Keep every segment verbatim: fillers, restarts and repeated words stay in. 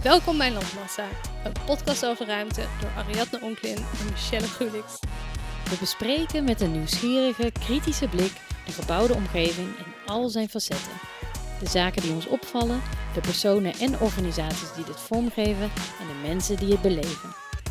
Welkom bij Landmassa, een podcast over ruimte door Ariadne Onklin en Michelle Gulix. We bespreken met een nieuwsgierige, kritische blik de gebouwde omgeving in al zijn facetten. De zaken die ons opvallen, de personen en organisaties die dit vormgeven en de mensen die het beleven.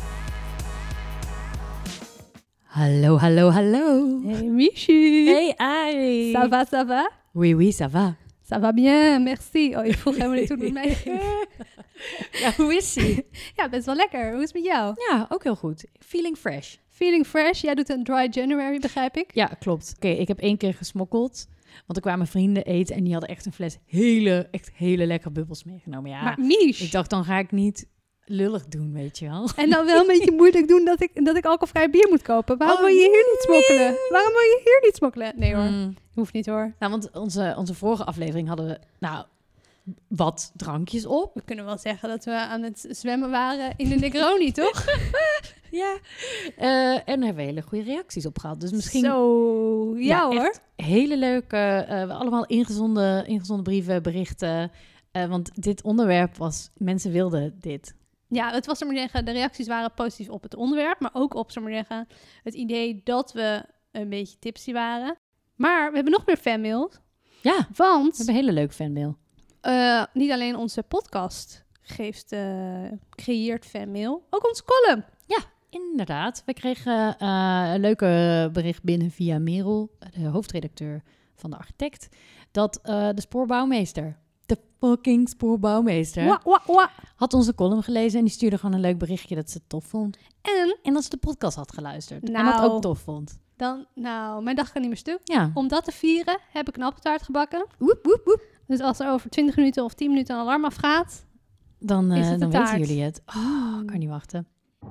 Hallo, hallo, hallo. Hey Michi. Hey Ari. Ça va, ça va? Oui, oui, ça va. Ça va bien, merci. Oh, je vroeg helemaal niet hoe het met mij ging. Ja, hoe is ie? Ja, best wel lekker. Hoe is het met jou? Ja, ook heel goed. Feeling fresh. Feeling fresh. Jij doet een dry January, begrijp ik? Ja, klopt. Oké, okay, ik heb één keer gesmokkeld. Want er kwamen vrienden eten en die hadden echt een fles hele, echt hele lekkere bubbels meegenomen. Ja, maar Mich. Ik dacht, dan ga ik niet lullig doen, weet je wel. En dan wel een beetje moeilijk doen dat ik, dat ik alcoholvrij bier moet kopen. Waarom oh, wil je hier niet smokkelen? Nee. Waarom wil je hier niet smokkelen? Nee hoor, Mm. hoeft niet hoor. Nou, want onze, onze vorige aflevering hadden we, nou, wat drankjes op. We kunnen wel zeggen dat we aan het zwemmen waren in de Negroni, toch? Ja. Uh, en daar hebben we hele goede reacties op gehad. Dus misschien... Zo, ja, ja hoor. Hele leuke, uh, allemaal ingezonden, ingezonden brieven, berichten. Uh, want dit onderwerp was, mensen wilden dit. Ja, het was, zeg maar zeggen, de reacties waren positief op het onderwerp, maar ook op, zeg maar zeggen, het idee dat we een beetje tipsy waren. Maar we hebben nog meer fanmail. Ja, want we hebben een hele leuke fanmail. Uh, niet alleen onze podcast geeft, uh, creëert fanmail, ook ons column. Ja, inderdaad. We kregen uh, een leuke bericht binnen via Merel, de hoofdredacteur van de architect, dat uh, de spoorbouwmeester, de fucking spoorbouwmeester, wa, wa, wa. had onze column gelezen en die stuurde gewoon een leuk berichtje dat ze het tof vond. En, en dat ze de podcast had geluisterd nou, en dat ook tof vond. Dan, nou, mijn dag kan niet meer stuk. Ja. Om dat te vieren heb ik een appeltaart gebakken. Woep, woep, woep. Dus als er over twintig minuten of tien minuten een alarm afgaat, dan, uh, is het dan taart. weten jullie het. Oh, ik kan niet wachten.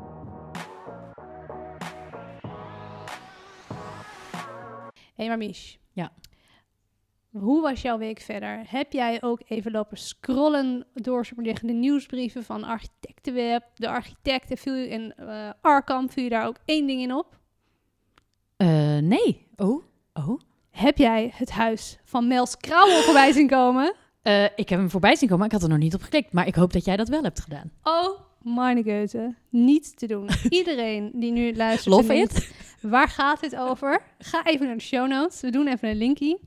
Hé, hey, maar Mich. Ja. Hoe was jouw week verder? Heb jij ook even lopen scrollen door de nieuwsbrieven van Architectenweb, de architecten, viel je in uh, Arkham, viel je daar ook één ding in op? Uh, nee. Oh, oh. Heb jij het huis van Mels Krauwel voorbij zien komen? Uh, ik heb hem voorbij zien komen, maar ik had er nog niet op geklikt. Maar ik hoop dat jij dat wel hebt gedaan. Oh, meine Goethe. Niet te doen. Iedereen die nu luistert... Love it. Denkt, waar gaat dit over? Ga even naar de show notes. We doen even een linkie.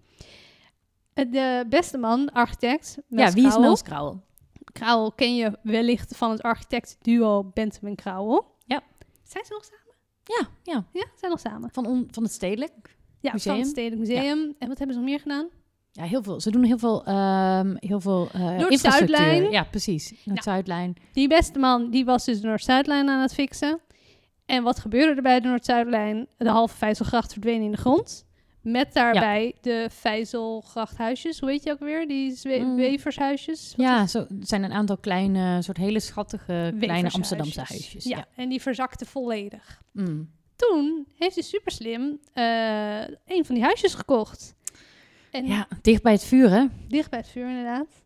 De beste man, architect. Mels ja, wie Krauwel. is Mels Krauwel? Krauwel ken je wellicht van het architectduo Bentham en Krauwel. Ja. Zijn ze nog samen? Ja, ja. Ja, zijn nog samen. Van, on, van het Stedelijk Ja, Museum. van het Stedelijk Museum. Ja. En wat hebben ze nog meer gedaan? Ja, heel veel. Ze doen heel veel, um, heel veel uh, Noord-Zuidlijn. Ja, precies. Noord-Zuidlijn. Nou, die beste man, die was dus de Noord-Zuidlijn aan het fixen. En wat gebeurde er bij de Noord-Zuidlijn? De halve Vijzelgracht verdween in de grond. Met daarbij ja. de Vijzelgrachthuisjes. Hoe heet je ook weer? Die zwe- mm. wevershuisjes? Wat ja, zo zijn een aantal kleine, soort hele schattige kleine Amsterdamse huisjes. Ja, ja, en die verzakten volledig. Mm. Toen heeft hij super slim uh, een van die huisjes gekocht. En ja, dicht bij het vuur, hè? Dicht bij het vuur, inderdaad.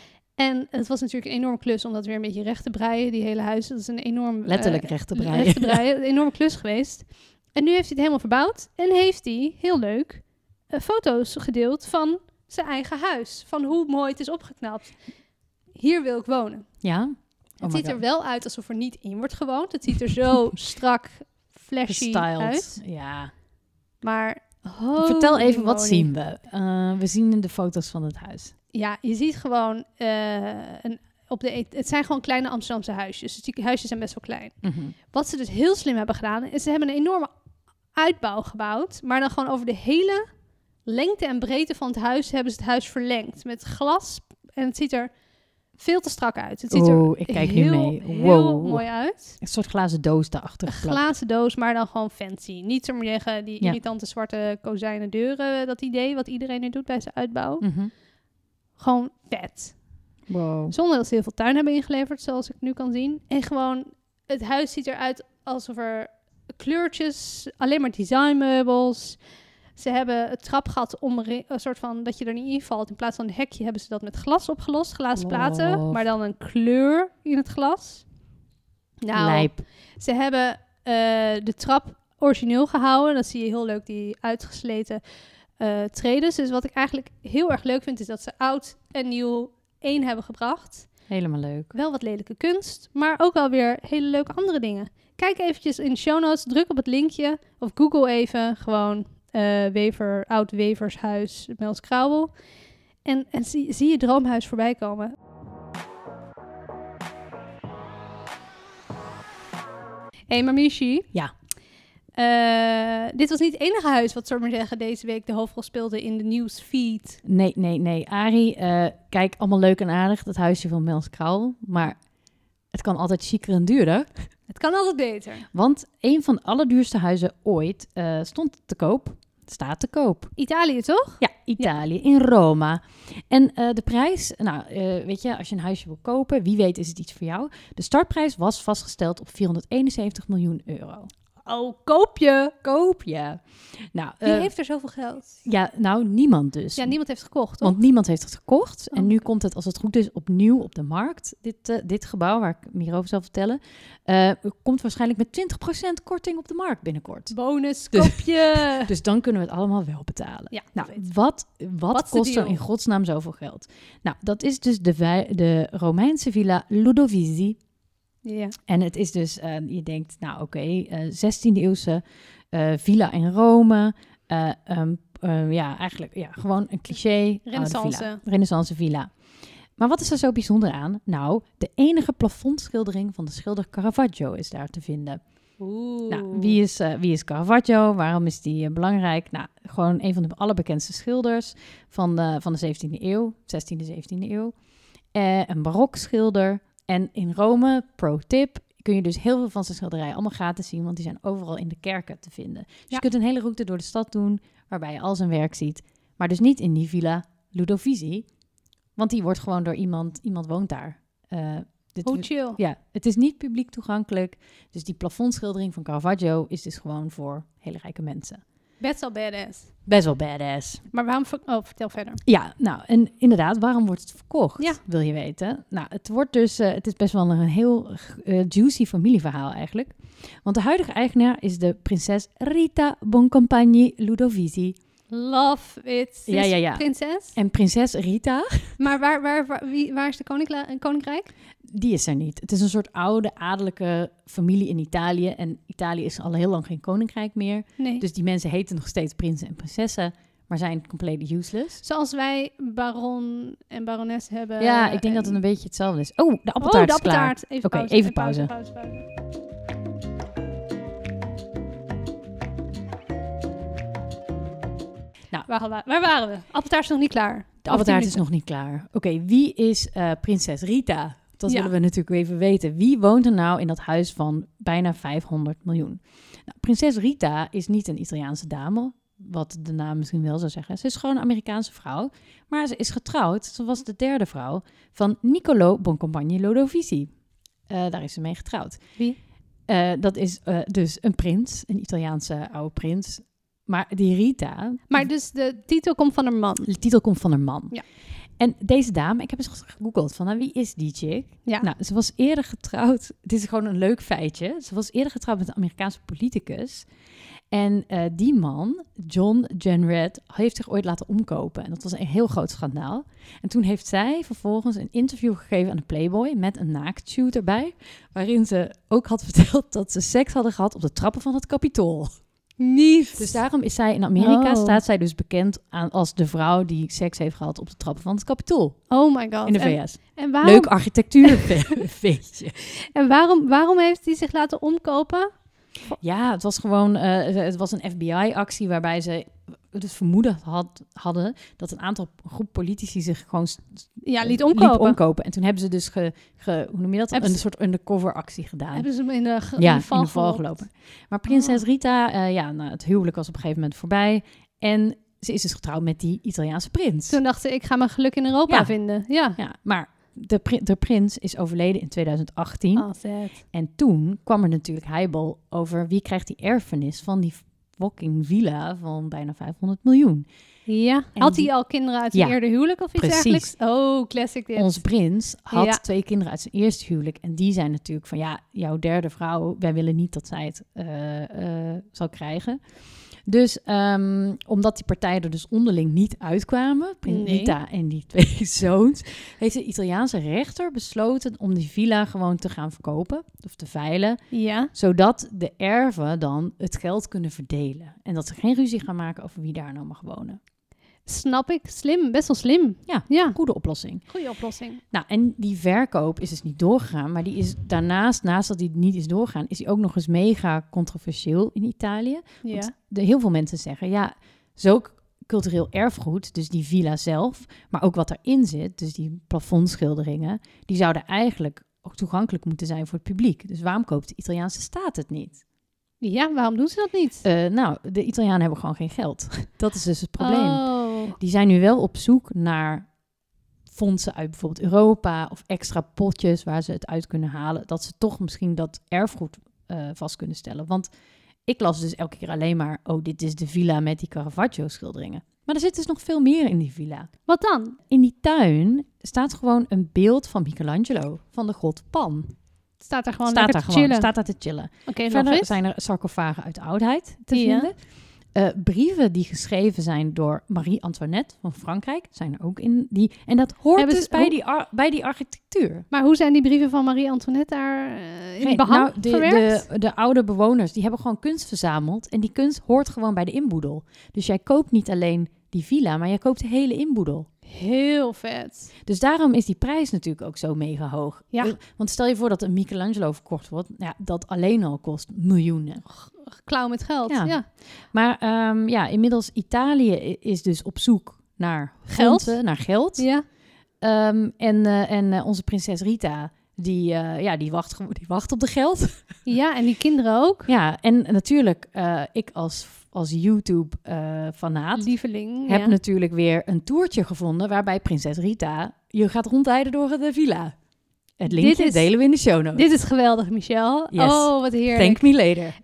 En het was natuurlijk een enorme klus om dat weer een beetje recht te breien, die hele huis. Dat is een enorm... Letterlijk uh, recht te breien. Recht te breien, een enorme klus geweest. En nu heeft hij het helemaal verbouwd. En heeft hij, heel leuk, uh, foto's gedeeld van zijn eigen huis. Van hoe mooi het is opgeknapt. Hier wil ik wonen. Ja. Oh het ziet God. er wel uit alsof er niet in wordt gewoond. Het ziet er zo strak, flashy Gestyled. uit. Ja. Maar... Vertel even, wat zien we? Uh, we zien de foto's van het huis. Ja, je ziet gewoon... Uh, een, op de, het zijn gewoon kleine Amsterdamse huisjes. Dus die huisjes zijn best wel klein. Mm-hmm. Wat ze dus heel slim hebben gedaan... is ze hebben een enorme uitbouw gebouwd... maar dan gewoon over de hele lengte en breedte van het huis... hebben ze het huis verlengd met glas. En het ziet er veel te strak uit. Het ziet oh, er ik kijk heel, nu mee. Wow. heel mooi uit. Een soort glazen doos daarachter. Een glazen doos, maar dan gewoon fancy. Niet zo maar zeggen, die ja. irritante zwarte kozijnen deuren... dat idee wat iedereen nu doet bij zijn uitbouw. Mm-hmm. Gewoon vet. Wow. Zonder dat ze heel veel tuin hebben ingeleverd, zoals ik nu kan zien. En gewoon, het huis ziet eruit alsof er kleurtjes, alleen maar designmeubels. Ze hebben het trapgat om een soort van, dat je er niet in valt. In plaats van een hekje hebben ze dat met glas opgelost, glazen platen. Oh. Maar dan een kleur in het glas. Nou, Lijp. Ze hebben uh, de trap origineel gehouden. Dat zie je heel leuk, die uitgesleten uh, tredes. Dus wat ik eigenlijk heel erg leuk vind, is dat ze oud en nieuw één hebben gebracht. Helemaal leuk. Wel wat lelijke kunst, maar ook wel weer hele leuke andere dingen. Kijk eventjes in de show notes, druk op het linkje of Google even gewoon uh, Wever, Oud Wevershuis, Mels Krauwel. En, en zie, zie je droomhuis voorbij komen. Hé, hey, maar Michi. Ja. Uh, dit was niet het enige huis wat, zullen we maar zeggen, deze week de hoofdrol speelde in de nieuwsfeed. Nee, nee, nee. Arie, uh, kijk, allemaal leuk en aardig, dat huisje van Mels Krauwel. Maar het kan altijd chiquer en duurder. Het kan altijd beter. Want een van de allerduurste huizen ooit uh, stond te koop. Staat te koop. Italië, toch? Ja, Italië, ja. In Roma. En uh, de prijs, nou, uh, weet je, als je een huisje wil kopen, wie weet is het iets voor jou. De startprijs was vastgesteld op vierhonderdeenenzeventig miljoen euro. Oh, koop je. Koop je. Nou, Wie uh, heeft er zoveel geld? Ja, nou, niemand dus. Ja, niemand heeft het gekocht, toch? Want niemand heeft het gekocht. Oh. En nu komt het, als het goed is, opnieuw op de markt. Dit, uh, dit gebouw, waar ik meer over zal vertellen, uh, komt waarschijnlijk met twintig procent korting op de markt binnenkort. Bonus, koop je. Dus, dus dan kunnen we het allemaal wel betalen. Ja, nou, wat, wat, wat kost er in godsnaam zoveel geld? Nou, dat is dus de, wij, de Romeinse villa Ludovisi. Ja. En het is dus, uh, je denkt, nou oké, okay, uh, zestiende eeuwse uh, villa in Rome. Uh, um, uh, ja, eigenlijk ja, gewoon een cliché. Renaissance. Villa, Renaissance villa. Maar wat is er zo bijzonder aan? Nou, de enige plafondschildering van de schilder Caravaggio is daar te vinden. Oeh. Nou, wie is, uh, wie is Caravaggio? Waarom is die uh, belangrijk? Nou, gewoon een van de allerbekendste schilders van de, van de zeventiende eeuw, zestiende, zeventiende eeuw. Uh, een barokschilder. En in Rome, pro tip, kun je dus heel veel van zijn schilderijen allemaal gratis zien, want die zijn overal in de kerken te vinden. Dus ja. Je kunt een hele route door de stad doen, waarbij je al zijn werk ziet. Maar dus niet in die villa Ludovisi, want die wordt gewoon door iemand, iemand woont daar. Uh, dit, Hoe chill. Ja, het is niet publiek toegankelijk. Dus die plafondschildering van Caravaggio is dus gewoon voor hele rijke mensen. Best wel badass. Best wel badass. Maar waarom... Ver- oh, vertel verder. Ja, nou, en inderdaad, waarom wordt het verkocht? Ja. Wil je weten? Nou, het wordt dus... Uh, het is best wel een heel uh, juicy familieverhaal eigenlijk. Want de huidige eigenaar is de prinses Rita Boncompagni Ludovisi. Love it. Ja, ja, ja. Prinses. En prinses Rita... Maar waar, waar, waar, wie, waar is de koninkla- koninkrijk? Die is er niet. Het is een soort oude adellijke familie in Italië. En Italië is al heel lang geen koninkrijk meer. Nee. Dus die mensen heten nog steeds prinsen en prinsessen, maar zijn compleet useless. Zoals wij baron en barones hebben. Ja, ik denk en... dat het een beetje hetzelfde is. Oh, de appeltaart oh, is klaar. Oké, even, pauze, even pauze. pauze. pauze, pauze. Nou, waar, waar, waar waren we? Appeltaart is nog niet klaar. De appeltaart is nog niet klaar. Oké, okay, wie is uh, prinses Rita? Dat ja. willen we natuurlijk even weten. Wie woont er nou in dat huis van bijna vijfhonderd miljoen? Nou, prinses Rita is niet een Italiaanse dame, wat de naam misschien wel zou zeggen. Ze is gewoon een Amerikaanse vrouw, maar ze is getrouwd. Ze was de derde vrouw van Niccolò Boncompagni Ludovisi. Uh, daar is ze mee getrouwd. Wie? Uh, dat is uh, dus een prins, een Italiaanse oude prins. Maar die Rita... Maar dus de titel komt van haar man? De titel komt van haar man. Ja. En deze dame, ik heb eens gegoogeld van, nou, wie is die chick? Ja. Nou, ze was eerder getrouwd, dit is gewoon een leuk feitje. Ze was eerder getrouwd met een Amerikaanse politicus. En uh, die man, John Jenrette, heeft zich ooit laten omkopen. En dat was een heel groot schandaal. En toen heeft zij vervolgens een interview gegeven aan de Playboy met een naaktshoot erbij, waarin ze ook had verteld dat ze seks hadden gehad op de trappen van het Capitool. Niet. Dus daarom is zij in Amerika, oh. staat zij dus bekend aan als de vrouw die seks heeft gehad op de trappen van het Capitool. Oh my god. In de V S. En, en waarom... Leuk architectuurfeestje. En waarom, waarom heeft hij zich laten omkopen? Ja, het was gewoon, uh, het was een F B I-actie waarbij ze het vermoeden had, hadden dat een aantal groep politici zich gewoon ja, liet omkopen. liet omkopen. En toen hebben ze dus, ge, ge, hoe noem je dat, hebben een ze, soort undercover-actie gedaan. Hebben ze hem in de, ge, ja, in de val, in de val gelopen. Maar prinses oh. Rita, uh, ja, nou, het huwelijk was op een gegeven moment voorbij. En ze is dus getrouwd met die Italiaanse prins. Toen dacht ze, ik ga mijn geluk in Europa ja. vinden. Ja, ja maar de, de prins is overleden in tweeduizend achttien. Oh, sad. En toen kwam er natuurlijk heibel over wie krijgt die erfenis van die fucking villa van bijna vijfhonderd miljoen. Ja. En had hij al kinderen uit zijn ja, eerder huwelijk of iets dergelijks? Oh, classic dit. Onze prins had ja. twee kinderen uit zijn eerste huwelijk. En die zijn natuurlijk van, ja, jouw derde vrouw, wij willen niet dat zij het uh, uh, zal krijgen. Dus um, omdat die partijen er dus onderling niet uitkwamen, Prins Nee. Rita en die twee zoons, heeft de Italiaanse rechter besloten om die villa gewoon te gaan verkopen of te veilen, Ja. zodat de erven dan het geld kunnen verdelen. En dat ze geen ruzie gaan maken over wie daar nou mag wonen. Snap ik. Slim. Best wel slim. Ja, Ja. goede oplossing. Goeie oplossing. Nou, en die verkoop is dus niet doorgegaan, maar die is daarnaast, naast dat die niet is doorgegaan, is die ook nog eens mega controversieel in Italië. Ja. Want de, heel veel mensen zeggen, ja, zo cultureel erfgoed, dus die villa zelf, maar ook wat erin zit, dus die plafondschilderingen, die zouden eigenlijk ook toegankelijk moeten zijn voor het publiek. Dus waarom koopt de Italiaanse staat het niet? Ja, waarom doen ze dat niet? Uh, nou, de Italianen hebben gewoon geen geld. Dat is dus het probleem. Oh. Die zijn nu wel op zoek naar fondsen uit bijvoorbeeld Europa of extra potjes waar ze het uit kunnen halen, dat ze toch misschien dat erfgoed uh, vast kunnen stellen. Want ik las dus elke keer alleen maar, oh, dit is de villa met die Caravaggio-schilderingen. Maar er zit dus nog veel meer in die villa. Wat dan? In die tuin staat gewoon een beeld van Michelangelo, van de god Pan. Staat daar gewoon staat lekker daar te gewoon, chillen? staat daar te chillen. Oké, okay, verder zijn er sarcofagen uit de oudheid te ja. vinden. Uh, brieven die geschreven zijn door Marie-Antoinette van Frankrijk zijn er ook in. Die, en dat hoort Hebben dus ze- bij, hoe- die ar- bij die architectuur. Maar hoe zijn die brieven van Marie-Antoinette daar uh, in die Geen- behang nou, de, verwerkt? de, de oude bewoners die hebben gewoon kunst verzameld. En die kunst hoort gewoon bij de inboedel. Dus jij koopt niet alleen die villa, maar jij koopt de hele inboedel. Heel vet. Dus daarom is die prijs natuurlijk ook zo mega hoog. Ja. Uh, Want stel je voor dat een Michelangelo verkocht wordt. Ja, dat alleen al kost miljoenen. Klauw met geld. Ja. Ja. Maar um, ja, inmiddels Italië i- is dus op zoek naar Geld. fondsen, naar geld. Ja. Um, en uh, en uh, onze prinses Rita, die, uh, ja, die, wacht, gewo- die wacht op de geld. Ja, en die kinderen ook. Ja, en natuurlijk, uh, ik als, als YouTube-fanaat Lieveling. heb ja. natuurlijk weer een toertje gevonden waarbij prinses Rita je gaat rondrijden door de villa. Het linkje Dit is- delen we in de show notes. Dit is geweldig, Michel. Yes. Oh, wat heerlijk. Thank me later.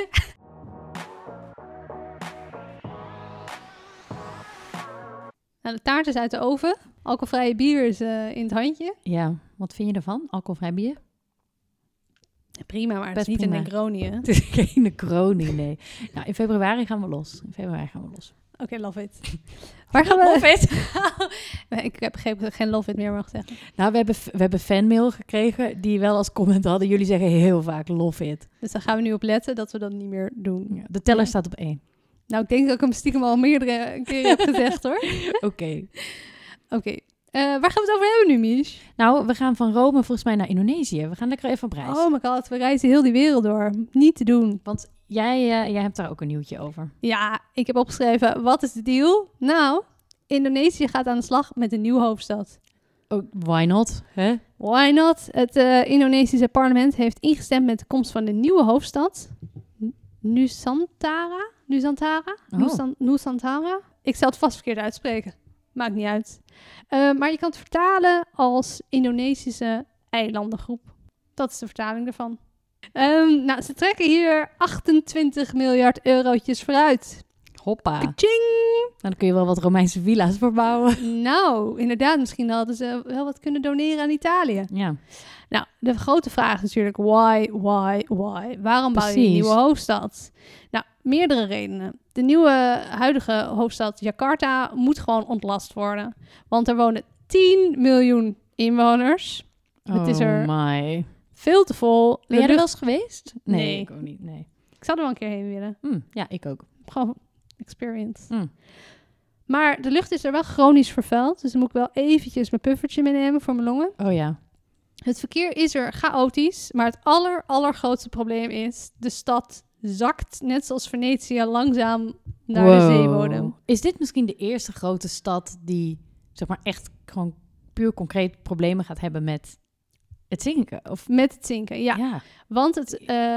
Nou, de taart is uit de oven. Alcoholvrije bier is uh, in het handje. Ja, wat vind je ervan? Alcoholvrij bier? Prima, maar het Best is niet prima. een Negroni, hè? Het is geen Negroni, nee. Nou, in februari gaan we los. In februari gaan we los. Oké, okay, love it. Waar gaan we... Love it. Nee, ik heb geen, geen love it meer mag zeggen. Nou, we hebben, we hebben fanmail gekregen die wel als comment hadden. Jullie zeggen heel vaak love it. Dus daar gaan we nu op letten dat we dat niet meer doen. Ja, de teller Ja. staat op één. Nou, ik denk dat ik hem stiekem al meerdere keren heb gezegd, hoor. Oké. Oké. Okay. Uh, waar gaan we het over hebben nu, Mich? Nou, we gaan van Rome volgens mij naar Indonesië. We gaan lekker even op reis. Oh my god, we reizen heel die wereld door. Niet te doen. Want jij, uh, jij hebt daar ook een nieuwtje over. Ja, ik heb opgeschreven, wat is de deal? Nou, Indonesië gaat aan de slag met een nieuwe hoofdstad. Oh, why not? Hè? Why not? Het uh, Indonesische parlement heeft ingestemd met de komst van de nieuwe hoofdstad. N- Nusantara? Nusantara? Oh. Nusan- Nusantara? Ik zal het vast verkeerd uitspreken. Maakt niet uit. Uh, maar je kan het vertalen als Indonesische eilandengroep. Dat is de vertaling ervan. Um, nou, ze trekken hier achtentwintig miljard eurotjes vooruit. Hoppa. Kaching! Nou, dan kun je wel wat Romeinse villa's verbouwen. Nou, inderdaad, misschien hadden ze wel wat kunnen doneren aan Italië. Ja. Nou, de grote vraag is natuurlijk why, why, why? Waarom bouw je een Precies. nieuwe hoofdstad? Nou, meerdere redenen. De nieuwe huidige hoofdstad Jakarta moet gewoon ontlast worden. Want er wonen tien miljoen inwoners. Het is er Oh my. veel te vol. De Ben jij er lucht- wel eens geweest? Nee. ik ook niet. Nee. Ik zou er wel een keer heen willen. Hm, ja, ik ook. Gewoon experience. Hm. Maar de lucht is er wel chronisch vervuild. Dus dan moet ik wel eventjes mijn puffertje meenemen voor mijn longen. Oh ja. Het verkeer is er chaotisch, maar het aller, allergrootste probleem is... de stad zakt, net zoals Venetië, langzaam naar de Wow. zeebodem. Is dit misschien de eerste grote stad die, zeg maar, echt gewoon puur concreet problemen gaat hebben met het zinken? Of Met het zinken, ja. ja. Want het, uh,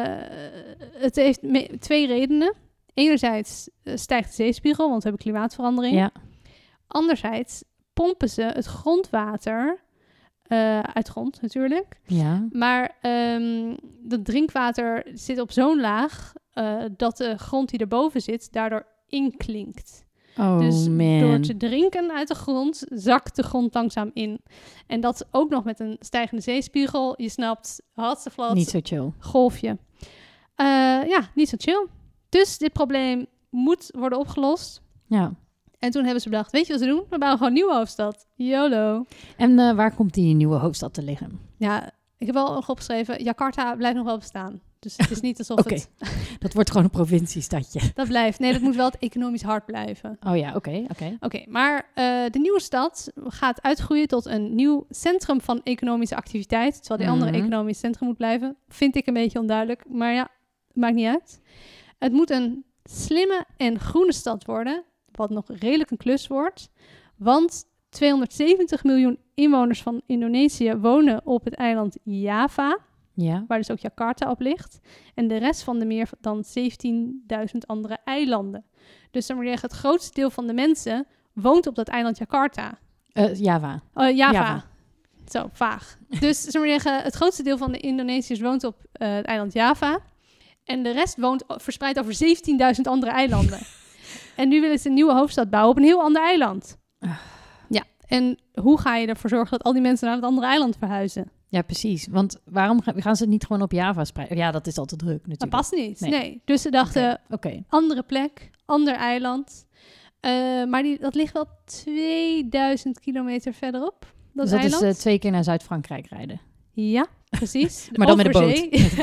het heeft me- twee redenen. Enerzijds uh, stijgt de zeespiegel, want we hebben klimaatverandering. Ja. Anderzijds pompen ze het grondwater... Uh, uit grond natuurlijk. Ja. Maar um, dat drinkwater zit op zo'n laag uh, dat de grond die erboven zit daardoor inklinkt. Oh dus man. door te drinken uit de grond zakt de grond langzaam in. En dat ook nog met een stijgende zeespiegel. Je snapt, hartstikke Niet zo chill. golfje. Uh, ja, niet zo chill. Dus dit probleem moet worden opgelost. Ja. En toen hebben ze bedacht, weet je wat ze doen? We bouwen gewoon een nieuwe hoofdstad. YOLO. En uh, waar komt die nieuwe hoofdstad te liggen? Ja, ik heb wel nog opgeschreven, Jakarta blijft nog wel bestaan. Dus het is niet alsof Oké, het... dat wordt gewoon een provinciestadje. Dat blijft. Nee, dat moet wel het economisch hard blijven. Oh ja, oké, oké. Oké, okay, maar uh, de nieuwe stad gaat uitgroeien tot een nieuw centrum van economische activiteit. Terwijl die andere Mhm. economisch centrum moet blijven. Vind ik een beetje onduidelijk, maar ja, maakt niet uit. Het moet een slimme en groene stad worden, wat nog redelijk een klus wordt. Want tweehonderdzeventig miljoen inwoners van Indonesië wonen op het eiland Java, Ja. waar dus ook Jakarta op ligt. En de rest van de meer dan zeventienduizend andere eilanden. Dus dan moet je zeggen, het grootste deel van de mensen woont op dat eiland Jakarta. Uh, Java. Uh, Java. Java. Zo, vaag. Dus zullen we zeggen, het grootste deel van de Indonesiërs woont op uh, het eiland Java. En de rest woont verspreid over zeventienduizend andere eilanden. En nu willen ze een nieuwe hoofdstad bouwen op een heel ander eiland. Uh. Ja, en hoe ga je ervoor zorgen dat al die mensen naar het andere eiland verhuizen? Ja, precies. Want waarom gaan ze het niet gewoon op Java spreiden? Ja, dat is al te druk natuurlijk. Dat past niet, nee. Nee. Dus ze dachten, Oké, okay. andere plek, ander eiland. Uh, maar die, dat ligt wel tweeduizend kilometer verderop, dat dus dat eiland. is uh, twee keer naar Zuid-Frankrijk rijden. Ja, precies. Maar dan met de boot.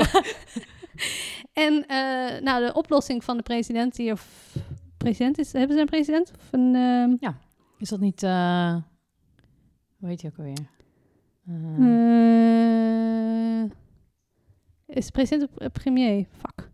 En uh, nou, de oplossing van de president die, of president is, hebben ze een president? Of een, uh... Ja, is dat niet, uh... hoe heet hij ook alweer? Uh... Uh... Is de president of premier? Fuck.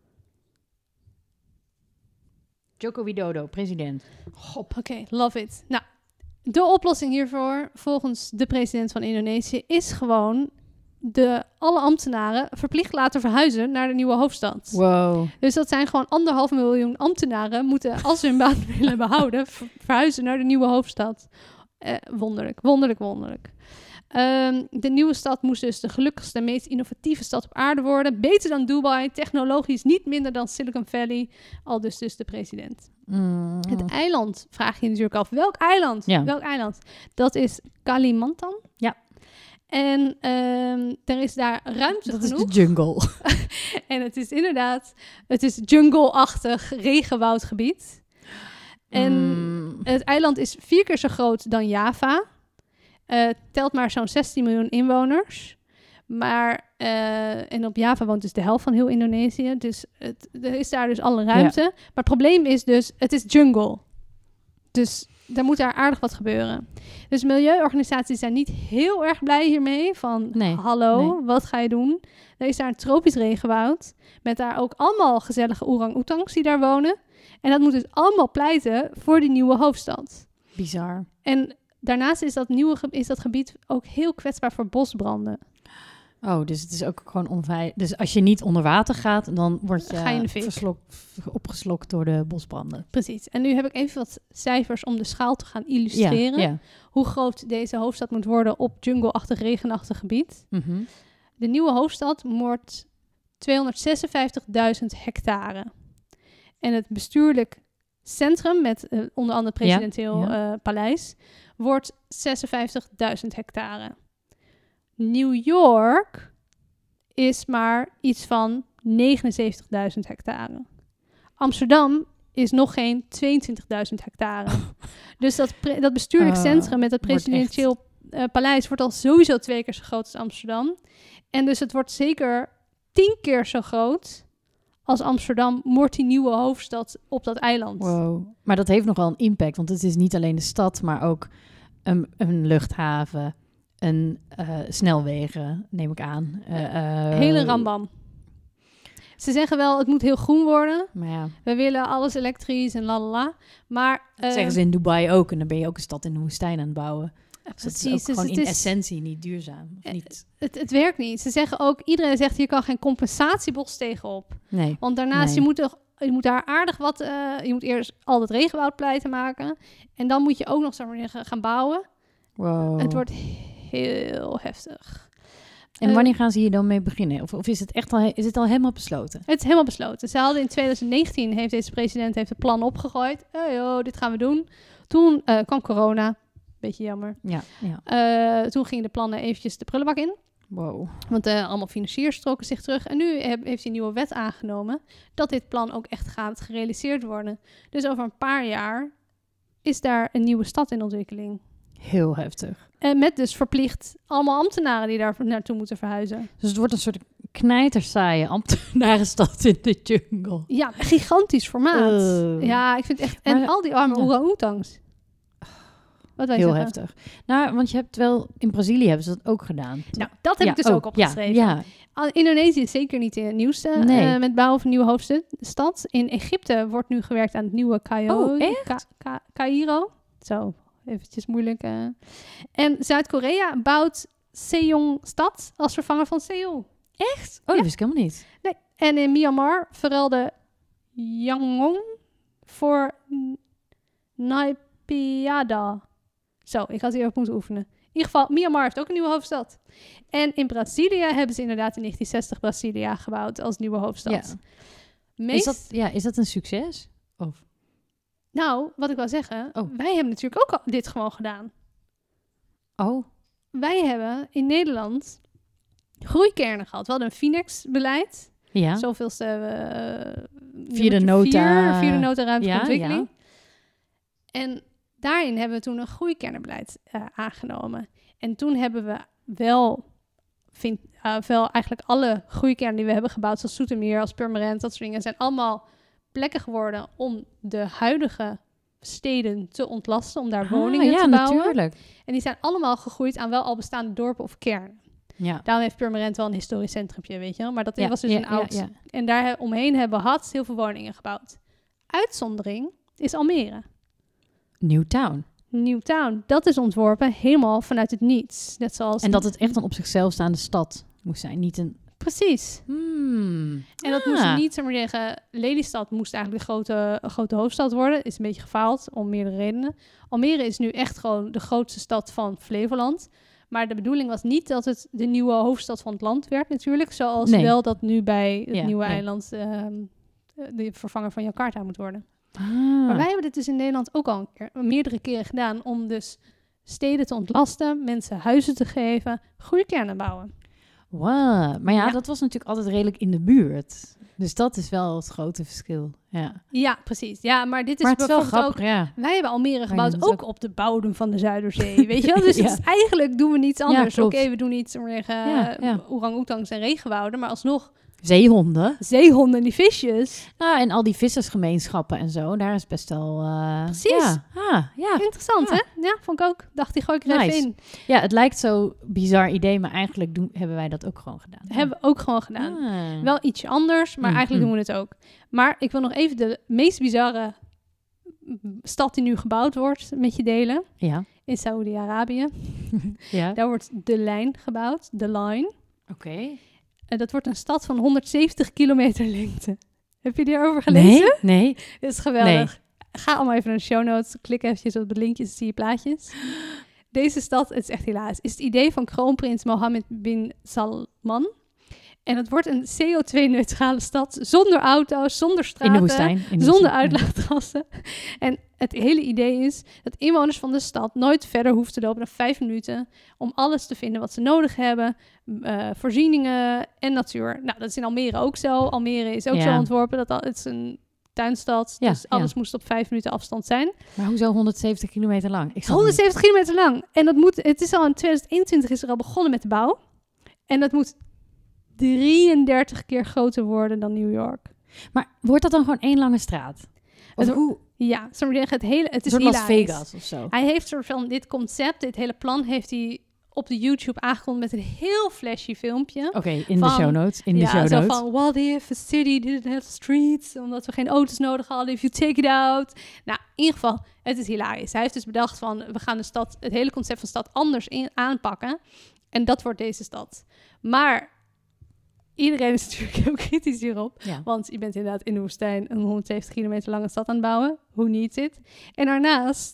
Joko Widodo, president. Oké, okay, love it. Nou, de oplossing hiervoor, volgens de president van Indonesië, is gewoon de alle ambtenaren verplicht laten verhuizen naar de nieuwe hoofdstad. Wow. Dus dat zijn gewoon anderhalf miljoen ambtenaren moeten, als ze hun baan willen behouden, ver- verhuizen naar de nieuwe hoofdstad. Uh, wonderlijk, wonderlijk, wonderlijk. Um, de nieuwe stad moest dus de gelukkigste, meest innovatieve stad op aarde worden. Beter dan Dubai, technologisch niet minder dan Silicon Valley. Al dus dus de president. Mm. Het eiland, vraag je natuurlijk af. Welk eiland? Ja. Welk eiland? Dat is Kalimantan. Ja. En um, er is daar ruimte Dat genoeg. is de jungle. En het is inderdaad, het is jungle-achtig regenwoudgebied. En Mm. het eiland is vier keer zo groot dan Java. Uh, telt maar zo'n zestien miljoen inwoners. Maar, uh, en op Java woont dus de helft van heel Indonesië. Dus het, er is daar dus alle ruimte. Ja. Maar het probleem is dus, het is jungle. Dus daar moet daar aardig wat gebeuren. Dus milieuorganisaties zijn niet heel erg blij hiermee. Van, nee, hallo, nee. wat ga je doen? Er is daar een tropisch regenwoud. Met daar ook allemaal gezellige orang-oetangs die daar wonen. En dat moet dus allemaal pleiten voor die nieuwe hoofdstad. Bizar. En daarnaast is dat, nieuwe ge- is dat gebied ook heel kwetsbaar voor bosbranden. Oh, dus het is ook gewoon onveilig. Dus als je niet onder water gaat, dan word je, Ga je in de fik. verslokt, opgeslokt door de bosbranden. Precies. En nu heb ik even wat cijfers om de schaal te gaan illustreren. Ja, ja. Hoe groot deze hoofdstad moet worden op jungle-achtig, regenachtig gebied. Mm-hmm. De nieuwe hoofdstad wordt tweehonderdzesenvijftigduizend hectare. En het bestuurlijk centrum met uh, onder andere presidentieel ja, ja. Uh, paleis wordt zesenvijftigduizend hectare. New York is maar iets van negenenzeventigduizend hectare. Amsterdam is nog geen tweeëntwintigduizend hectare. Dus dat, pre- dat bestuurlijk uh, centrum met het presidentieel uh, paleis wordt al sowieso twee keer zo groot als Amsterdam. En dus het wordt zeker tien keer zo groot als Amsterdam, wordt die nieuwe hoofdstad op dat eiland. Wow. Maar dat heeft nogal een impact, want het is niet alleen de stad, maar ook een, een luchthaven, een uh, snelwegen, neem ik aan. Uh, uh, Hele rambam. Ze zeggen wel, het moet heel groen worden. Maar ja. We willen alles elektrisch en lalala. Maar Dat uh, zeggen ze in Dubai ook. En dan ben je ook een stad in de woestijn aan het bouwen. Dus precies, dat is ook dus gewoon het in is, essentie niet duurzaam. Of niet? Het, het werkt niet. Ze zeggen ook, iedereen zegt, hier kan geen compensatiebos tegenop. Nee. Want daarnaast, nee. je, moet toch, je moet daar aardig wat... Uh, je moet eerst al dat regenwoudpleiten maken. En dan moet je ook nog, zou ik maar zeggen, gaan bouwen. Wow. Het wordt heel heftig. En wanneer gaan ze hier dan mee beginnen? Of, of is het echt al, is het al helemaal besloten? Het is helemaal besloten. Ze hadden in twintig negentien, heeft deze president heeft het plan opgegooid. Hey, oh, dit gaan we doen. Toen uh, kwam corona. Beetje jammer. Ja, ja. Uh, toen gingen de plannen eventjes de prullenbak in. Wow. Want uh, allemaal financiers trokken zich terug. En nu heb, heeft hij een nieuwe wet aangenomen dat dit plan ook echt gaat gerealiseerd worden. Dus over een paar jaar is daar een nieuwe stad in ontwikkeling. Heel heftig. En met dus verplicht allemaal ambtenaren die daar naartoe moeten verhuizen. Dus het wordt een soort knijtersaaie ambtenarenstad in de jungle. Ja, gigantisch formaat. Uh. Ja, ik vind echt... En Maar, al die arme ja. orang-oetangs. Wat wij Heel zeggen. heftig. Nou, want je hebt wel... In Brazilië hebben ze dat ook gedaan. Nou, dat heb Ja, ik dus oh, ook opgeschreven. Ja, ja. Al- Indonesië is zeker niet het nieuwste Nee. uh, met bouwen van een nieuwe hoofdstad. In Egypte wordt nu gewerkt aan het nieuwe Cairo. Oh, echt? Ka- Ka- Cairo. Zo, eventjes moeilijk. Uh. En Zuid-Korea bouwt Seongstad als vervanger van Seoul. Echt? Oh, Ja. dat wist ik helemaal niet. Nee. En in Myanmar verruilde Yangon voor N- Naypyidaw. Zo, ik had hier ook moeten oefenen. In ieder geval, Myanmar heeft ook een nieuwe hoofdstad. En in Brazilië hebben ze inderdaad in negentien zestig Brasilia gebouwd als nieuwe hoofdstad. Ja. Meest, Is, dat, ja, is dat een succes? Of? Nou, wat ik wil zeggen, Oh. wij hebben natuurlijk ook al dit gewoon gedaan. Oh, Wij hebben in Nederland groeikernen gehad. We hadden een Finex-beleid. ja. Zoveelste... Uh, Vierde nota. Vier, vierde nota ruimtelijke Ja, ontwikkeling. En daarin hebben we toen een groeikernenbeleid uh, aangenomen. En toen hebben we wel, vind, uh, wel eigenlijk alle groeikernen die we hebben gebouwd, zoals Zoetermeer, als Purmerend, dat soort dingen, zijn allemaal plekken geworden om de huidige steden te ontlasten, om daar Ah, woningen ja, te bouwen. natuurlijk. En die zijn allemaal gegroeid aan wel al bestaande dorpen of kernen. Ja. Daarom heeft Purmerend wel een historisch centrumpje, weet je wel. Maar dat Ja, was dus ja, een oud... Ja, ja. En daar omheen hebben we had heel veel woningen gebouwd. Uitzondering is Almere. Newtown. Newtown, dat is ontworpen helemaal vanuit het niets. Net zoals... En dat het echt een op zichzelf staande stad moest zijn. Niet een... Precies. Hmm. En dat Ah. moest niet, zeg maar zeggen... Lelystad moest eigenlijk de grote, grote hoofdstad worden. Is een beetje gefaald, om meerdere redenen. Almere is nu echt gewoon de grootste stad van Flevoland. Maar de bedoeling was niet dat het de nieuwe hoofdstad van het land werd natuurlijk. Zoals Nee. wel dat nu bij het Ja, nieuwe ja. eiland... ehm, de vervanger van Jakarta moet worden. Ah. Maar wij hebben dit dus in Nederland ook al een keer, meerdere keren gedaan... om dus steden te ontlasten, mensen huizen te geven, groeikernen bouwen. Wow. Maar ja, Ja. dat was natuurlijk altijd redelijk in de buurt. Dus dat is wel het grote verschil. Ja. Ja, precies. Ja, maar dit is Maar het is wel bijvoorbeeld grappig, ook... ja. Wij hebben Almere gebouwd dat ook ook. op de bodem van de Zuiderzee, weet je wel? Dus Ja. het is, eigenlijk doen we niets Ja, anders. Oké, klopt. we doen iets, om zeggen, Ja, ja. orang-oetangs en regenwouden, maar alsnog Zeehonden. zeehonden en die visjes. Nou, en al die vissersgemeenschappen en zo. Daar is best wel... uh, Precies. Ja, ah, ja. Interessant, Ja. hè? Ja, vond ik ook. Dacht, die gooi ik er Nice. even in. Ja, het lijkt zo bizar idee, maar eigenlijk doen, hebben wij dat ook gewoon gedaan. Hebben we ook gewoon gedaan. Ah. Wel ietsje anders, maar Mm, eigenlijk mm. doen we het ook. Maar ik wil nog even de meest bizarre stad die nu gebouwd wordt met je delen. Ja, In Saoedi-Arabië. ja. Daar wordt de lijn gebouwd, de line. Oké. En dat wordt een stad van honderdzeventig kilometer lengte. Heb je hierover gelezen? Nee, nee. Dit is geweldig. Ga allemaal even naar de show notes. Klik eventjes op de linkjes, dan zie je plaatjes. Deze stad, het is echt helaas, is het idee van kroonprins Mohammed bin Salman. En het wordt een C O twee neutrale stad zonder auto's, zonder straten. In de woestijn. In de Zonder woestijn. uitlaatgassen. En het hele idee is dat inwoners van de stad nooit verder hoeven te lopen dan vijf minuten om alles te vinden wat ze nodig hebben. Uh, voorzieningen en natuur. Nou, dat is in Almere ook zo. Almere is ook Ja. zo ontworpen. Dat al, het is een tuinstad, Ja, dus alles ja. moest op vijf minuten afstand zijn. Maar hoezo honderdzeventig kilometer lang? Ik snap het niet. honderdzeventig kilometer lang. En dat moet, het is al in twintig eenentwintig is er al begonnen met de bouw. En dat moet drieëndertig keer groter worden dan New York. Maar wordt dat dan gewoon één lange straat? Of Het- hoe? Ja, zal ik maar zeggen, het hele, het Een is soort Las hilarisch. Vegas of zo? Hij heeft soort van dit concept, dit hele plan heeft hij op de YouTube aangekondigd met een heel flashy filmpje. Oké, in Van- de show notes. In de ja, show zo notes. van, what if a city didn't have streets? Omdat we geen auto's nodig hadden, if you take it out. Nou, in ieder geval, het is hilarisch. Hij heeft dus bedacht van, we gaan de stad, het hele concept van stad anders in, aanpakken. En dat wordt deze stad. Maar iedereen is natuurlijk heel kritisch hierop. Ja. Want je bent inderdaad in de woestijn een honderdzeventig kilometer lange stad aan het bouwen. Hoe niet dit? En daarnaast,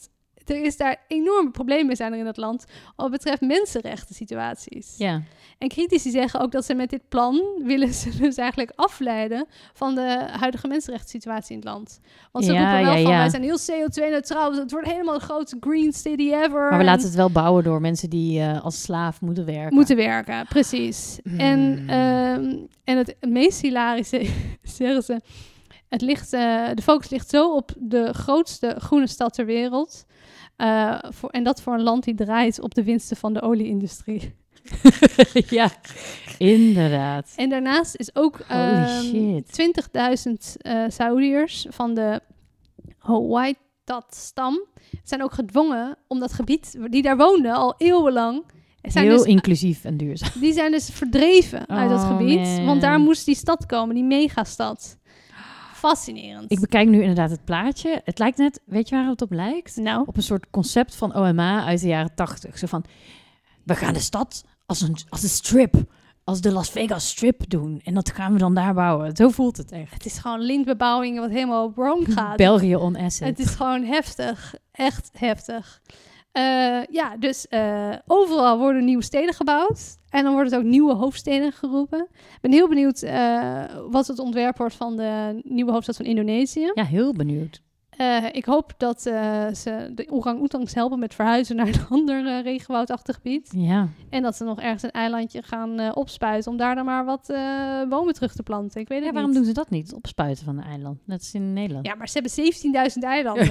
er is daar enorme problemen zijn er in dat land wat betreft mensenrechten situaties. Ja. En critici zeggen ook dat ze met dit plan willen ze dus eigenlijk afleiden van de huidige mensenrechten situatie in het land. Want ze Ja, roepen wel ja, van, ja. wij zijn heel C O twee neutraal, dus het wordt helemaal de grootste green city ever. Maar we En laten het wel bouwen door mensen die uh, als slaaf moeten werken. moeten werken, precies. Hmm. En, um, en het meest hilarische, zeggen ze, het ligt, uh, de focus ligt zo op de grootste groene stad ter wereld. Uh, voor, en dat voor een land die draait op de winsten van de olie-industrie. Ja, inderdaad. En daarnaast is ook Holy um, shit. twintigduizend uh, Saoediërs van de Hawaiitat-stam zijn ook gedwongen om dat gebied, die daar woonden al eeuwenlang, zijn Heel dus, inclusief en duurzaam. die zijn dus verdreven uit dat Oh, gebied. man. Want daar moest die stad komen, die megastad. Fascinerend. Ik bekijk nu inderdaad het plaatje. Het lijkt net, weet je waar het op lijkt? nou, Op een soort concept van O M A uit de jaren tachtig. Zo van, we gaan de stad als een, als een strip, als de Las Vegas strip doen. En dat gaan we dan daar bouwen. Zo voelt het echt. het is gewoon lintbebouwing wat helemaal wrong gaat. België on acid. Het is gewoon heftig. Echt heftig. Uh, ja, dus uh, overal worden nieuwe steden gebouwd. En dan worden het ook nieuwe hoofdsteden geroepen. Ik ben heel benieuwd uh, wat het ontwerp wordt van de nieuwe hoofdstad van Indonesië. Ja, heel benieuwd. Uh, ik hoop dat uh, ze de orang-oetangs helpen met verhuizen naar een ander uh, regenwoudachtig gebied. Ja. En dat ze nog ergens een eilandje gaan uh, opspuiten om daar dan maar wat uh, bomen terug te planten. Ik weet het Ja, waarom niet. doen ze dat niet? Het opspuiten van een eiland. Net als in Nederland. Ja, maar ze hebben zeventienduizend eilanden.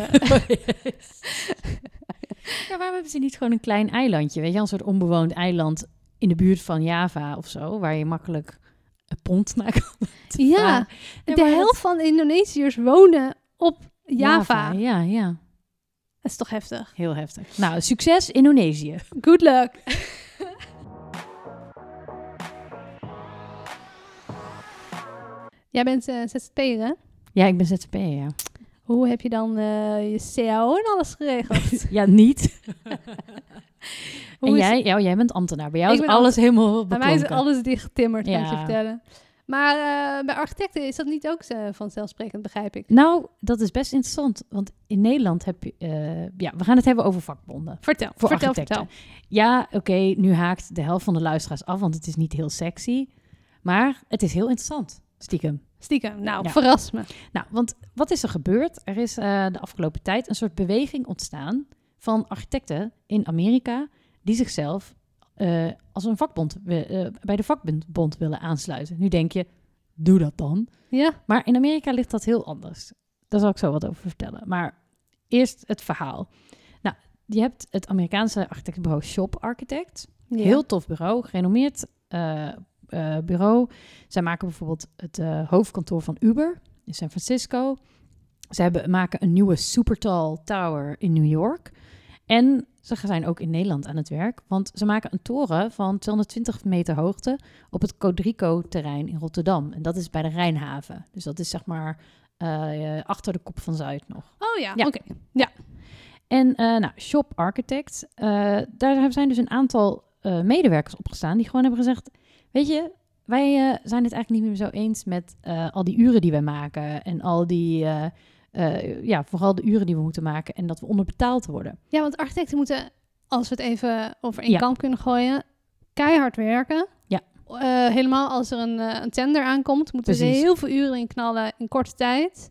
Ja, waarom hebben ze niet gewoon een klein eilandje? Weet je, een soort onbewoond eiland in de buurt van Java of zo, waar je makkelijk een pont naar kan. Ja, Ja, de maar helft het- van de Indonesiërs wonen op Java. Ja, ja. Dat is toch heftig. Heel heftig. Nou, succes Indonesië. Good luck. Jij bent uh, Z Z P'er, hè? Ja, ik ben Z Z P'er, ja. Hoe heb je dan uh, je C A O en alles geregeld? Ja, niet. Hoe En is- jij? Ja, jij bent ambtenaar. Bij jou Ik is ben alles helemaal Bij beklonken. mij is alles dichtgetimmerd, kan ik je Ja. vertellen. Maar uh, bij architecten is dat niet ook uh, vanzelfsprekend, begrijp ik. Nou, dat is best interessant. Want in Nederland heb je... uh, ja, we gaan het hebben over vakbonden. Vertel, Voor vertel, architecten. vertel. Ja, oké, nu haakt de helft van de luisteraars af, want het is niet heel sexy. Maar het is heel interessant, stiekem. Stiekem, nou, Ja. verras me. Nou, want wat is er gebeurd? Er is uh, de afgelopen tijd een soort beweging ontstaan van architecten in Amerika die zichzelf uh, als een vakbond wi- uh, bij de vakbond willen aansluiten. Nu denk je, doe dat dan. Ja, Maar in Amerika ligt dat heel anders. Daar zal ik zo wat over vertellen. Maar eerst het verhaal. Nou, je hebt het Amerikaanse architectenbureau Shop Architect. ja. Heel tof bureau, gerenommeerd uh, uh, bureau. Zij maken bijvoorbeeld het uh, hoofdkantoor van Uber in San Francisco. Ze hebben, maken een nieuwe Supertall Tower in New York. En ze zijn ook in Nederland aan het werk, want ze maken een toren van tweehonderdtwintig meter hoogte op het Codrico-terrein in Rotterdam. En dat is bij de Rijnhaven. Dus dat is zeg maar uh, achter de Kop van Zuid nog. Oh ja, Ja. oké. En uh, nou, Shop Architect, uh, daar zijn dus een aantal uh, medewerkers opgestaan die gewoon hebben gezegd, weet je, wij uh, zijn het eigenlijk niet meer zo eens met uh, al die uren die wij maken en al die, uh, uh, ja, vooral de uren die we moeten maken en dat we onderbetaald worden. Ja, want architecten moeten, als we het even over één Ja. kamp kunnen gooien, keihard werken. Ja. Uh, helemaal als er een, uh, een tender aankomt, moeten ze Precies. heel veel uren in knallen in korte tijd.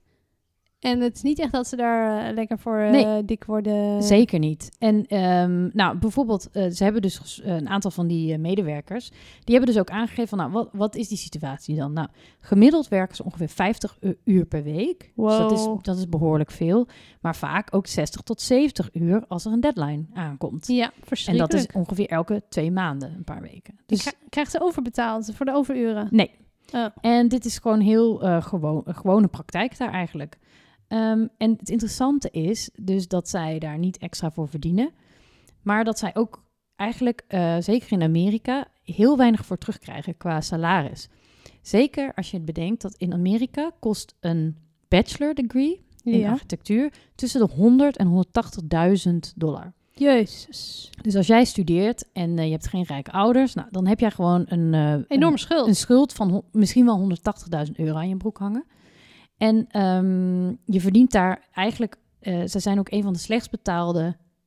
En het is niet echt dat ze daar uh, lekker voor uh, Nee. dik worden. Zeker niet. En um, nou, bijvoorbeeld, uh, ze hebben dus ges- uh, een aantal van die uh, medewerkers, die hebben dus ook aangegeven van, nou, wat, wat is die situatie dan? Nou, gemiddeld werken ze ongeveer vijftig u- uur per week. Wow. Dus dat is, dat is behoorlijk veel. Maar vaak ook zestig tot zeventig uur als er een deadline aankomt. Ja, En verschrikkelijk. dat is ongeveer elke twee maanden, een paar weken. Dus Dus krijgt ze overbetaald voor de overuren? nee. Oh. En dit is gewoon heel uh, gewoon, een gewone praktijk daar eigenlijk. Um, en het interessante is dus dat zij daar niet extra voor verdienen, maar dat zij ook eigenlijk, uh, zeker in Amerika, heel weinig voor terugkrijgen qua salaris. Zeker als je het bedenkt dat in Amerika kost een bachelor degree in Ja. architectuur tussen de honderd en honderdtachtigduizend dollar. Jezus. Dus als jij studeert en uh, je hebt geen rijke ouders, nou, dan heb jij gewoon een, uh, Enorme een, schuld. een schuld van ho- misschien wel honderdtachtigduizend euro aan je broek hangen. En um, je verdient daar eigenlijk, uh, ze zijn ook een van de slechtst betaalde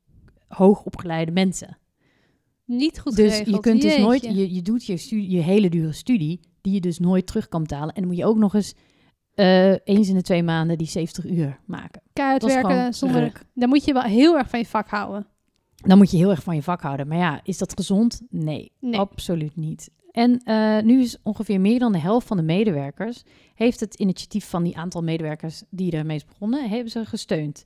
hoogopgeleide mensen. Niet goed Dus geregeld. je kunt dus Jeetje. nooit, je, je doet je, studie, je hele dure studie, die je dus nooit terug kan betalen. En dan moet je ook nog eens uh, eens in de twee maanden die zeventig uur maken. Keihard Dat is werken gewoon zonder... druk. Dan moet je wel heel erg van je vak houden. Dan moet je heel erg van je vak houden. Maar ja, is dat gezond? Nee, Nee. absoluut niet. En uh, nu is ongeveer meer dan de helft van de medewerkers... heeft het initiatief van die aantal medewerkers die ermee is begonnen... hebben ze gesteund.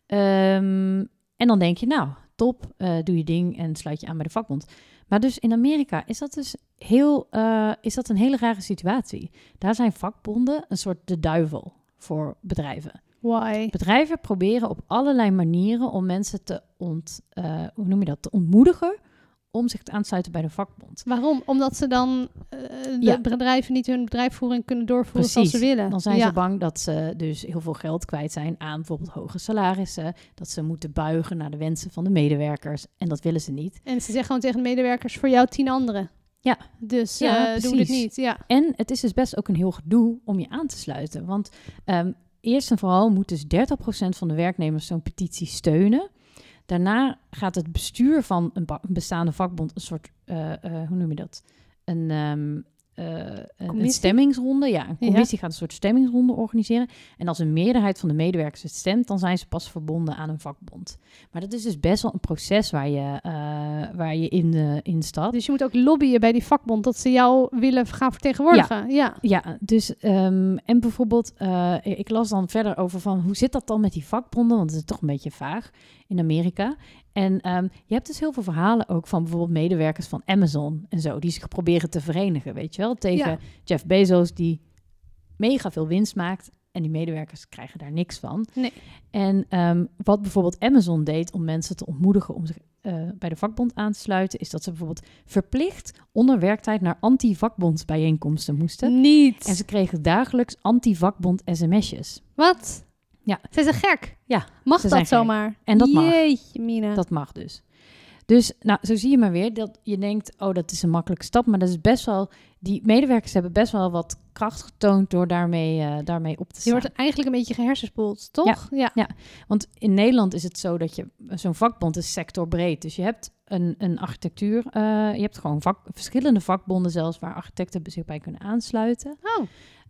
Um, en dan denk je, nou, top, uh, doe je ding en sluit je aan bij de vakbond. Maar dus in Amerika is dat dus heel, uh, is dat een hele rare situatie. Daar zijn vakbonden een soort de duivel voor bedrijven. Why? Bedrijven proberen op allerlei manieren om mensen te, ont, uh, hoe noem je dat, te ontmoedigen om zich aan te sluiten bij de vakbond. Waarom? Omdat ze dan uh, de Ja. bedrijven niet hun bedrijfsvoering kunnen doorvoeren Precies. zoals ze willen. Dan zijn ja. ze bang dat ze dus heel veel geld kwijt zijn aan bijvoorbeeld hoge salarissen. Dat ze moeten buigen naar de wensen van de medewerkers. En dat willen ze niet. En ze zeggen gewoon tegen de medewerkers, voor jou tien anderen. Ja. Dus Ja, uh, doe dit precies. niet. Ja. En het is dus best ook een heel gedoe om je aan te sluiten. Want um, eerst en vooral moet dus dertig procent van de werknemers zo'n petitie steunen. Daarna gaat het bestuur van een, ba- een bestaande vakbond een soort, uh, uh, hoe noem je dat? Een, um, uh, een, een stemmingsronde. Ja, een commissie ja. gaat een soort stemmingsronde organiseren. En als een meerderheid van de medewerkers het stemt, dan zijn ze pas verbonden aan een vakbond. Maar dat is dus best wel een proces waar je, uh, waar je in, uh, in staat. Dus je moet ook lobbyen bij die vakbond dat ze jou willen gaan vertegenwoordigen. Ja, ja. ja dus um, en bijvoorbeeld, uh, ik las dan verder over van hoe zit dat dan met die vakbonden? Want het is toch een beetje vaag in Amerika. En um, je hebt dus heel veel verhalen ook van bijvoorbeeld medewerkers van Amazon en zo, die zich proberen te verenigen, weet je wel, tegen ja. Jeff Bezos, die mega veel winst maakt en die medewerkers krijgen daar niks van. Nee. En um, wat bijvoorbeeld Amazon deed om mensen te ontmoedigen om zich uh, bij de vakbond aan te sluiten, is dat ze bijvoorbeeld verplicht onder werktijd naar anti-vakbondsbijeenkomsten moesten. Niet. En ze kregen dagelijks anti-vakbond sms'jes. Wat? Ja. Zijn ze gek? Ja. Mag dat zomaar? En dat mag. Jeetje, Mina. Dat mag dus. Dus, nou, zo zie je maar weer dat je denkt, oh, dat is een makkelijke stap. Maar dat is best wel, die medewerkers hebben best wel wat kracht getoond door daarmee, uh, daarmee op te staan. Je wordt eigenlijk een beetje gehersenspoeld, toch? Ja, ja. ja, want in Nederland is het zo dat je, zo'n vakbond is sectorbreed. Dus je hebt een, een architectuur, uh, je hebt gewoon vak, verschillende vakbonden zelfs, waar architecten zich bij kunnen aansluiten. Oh.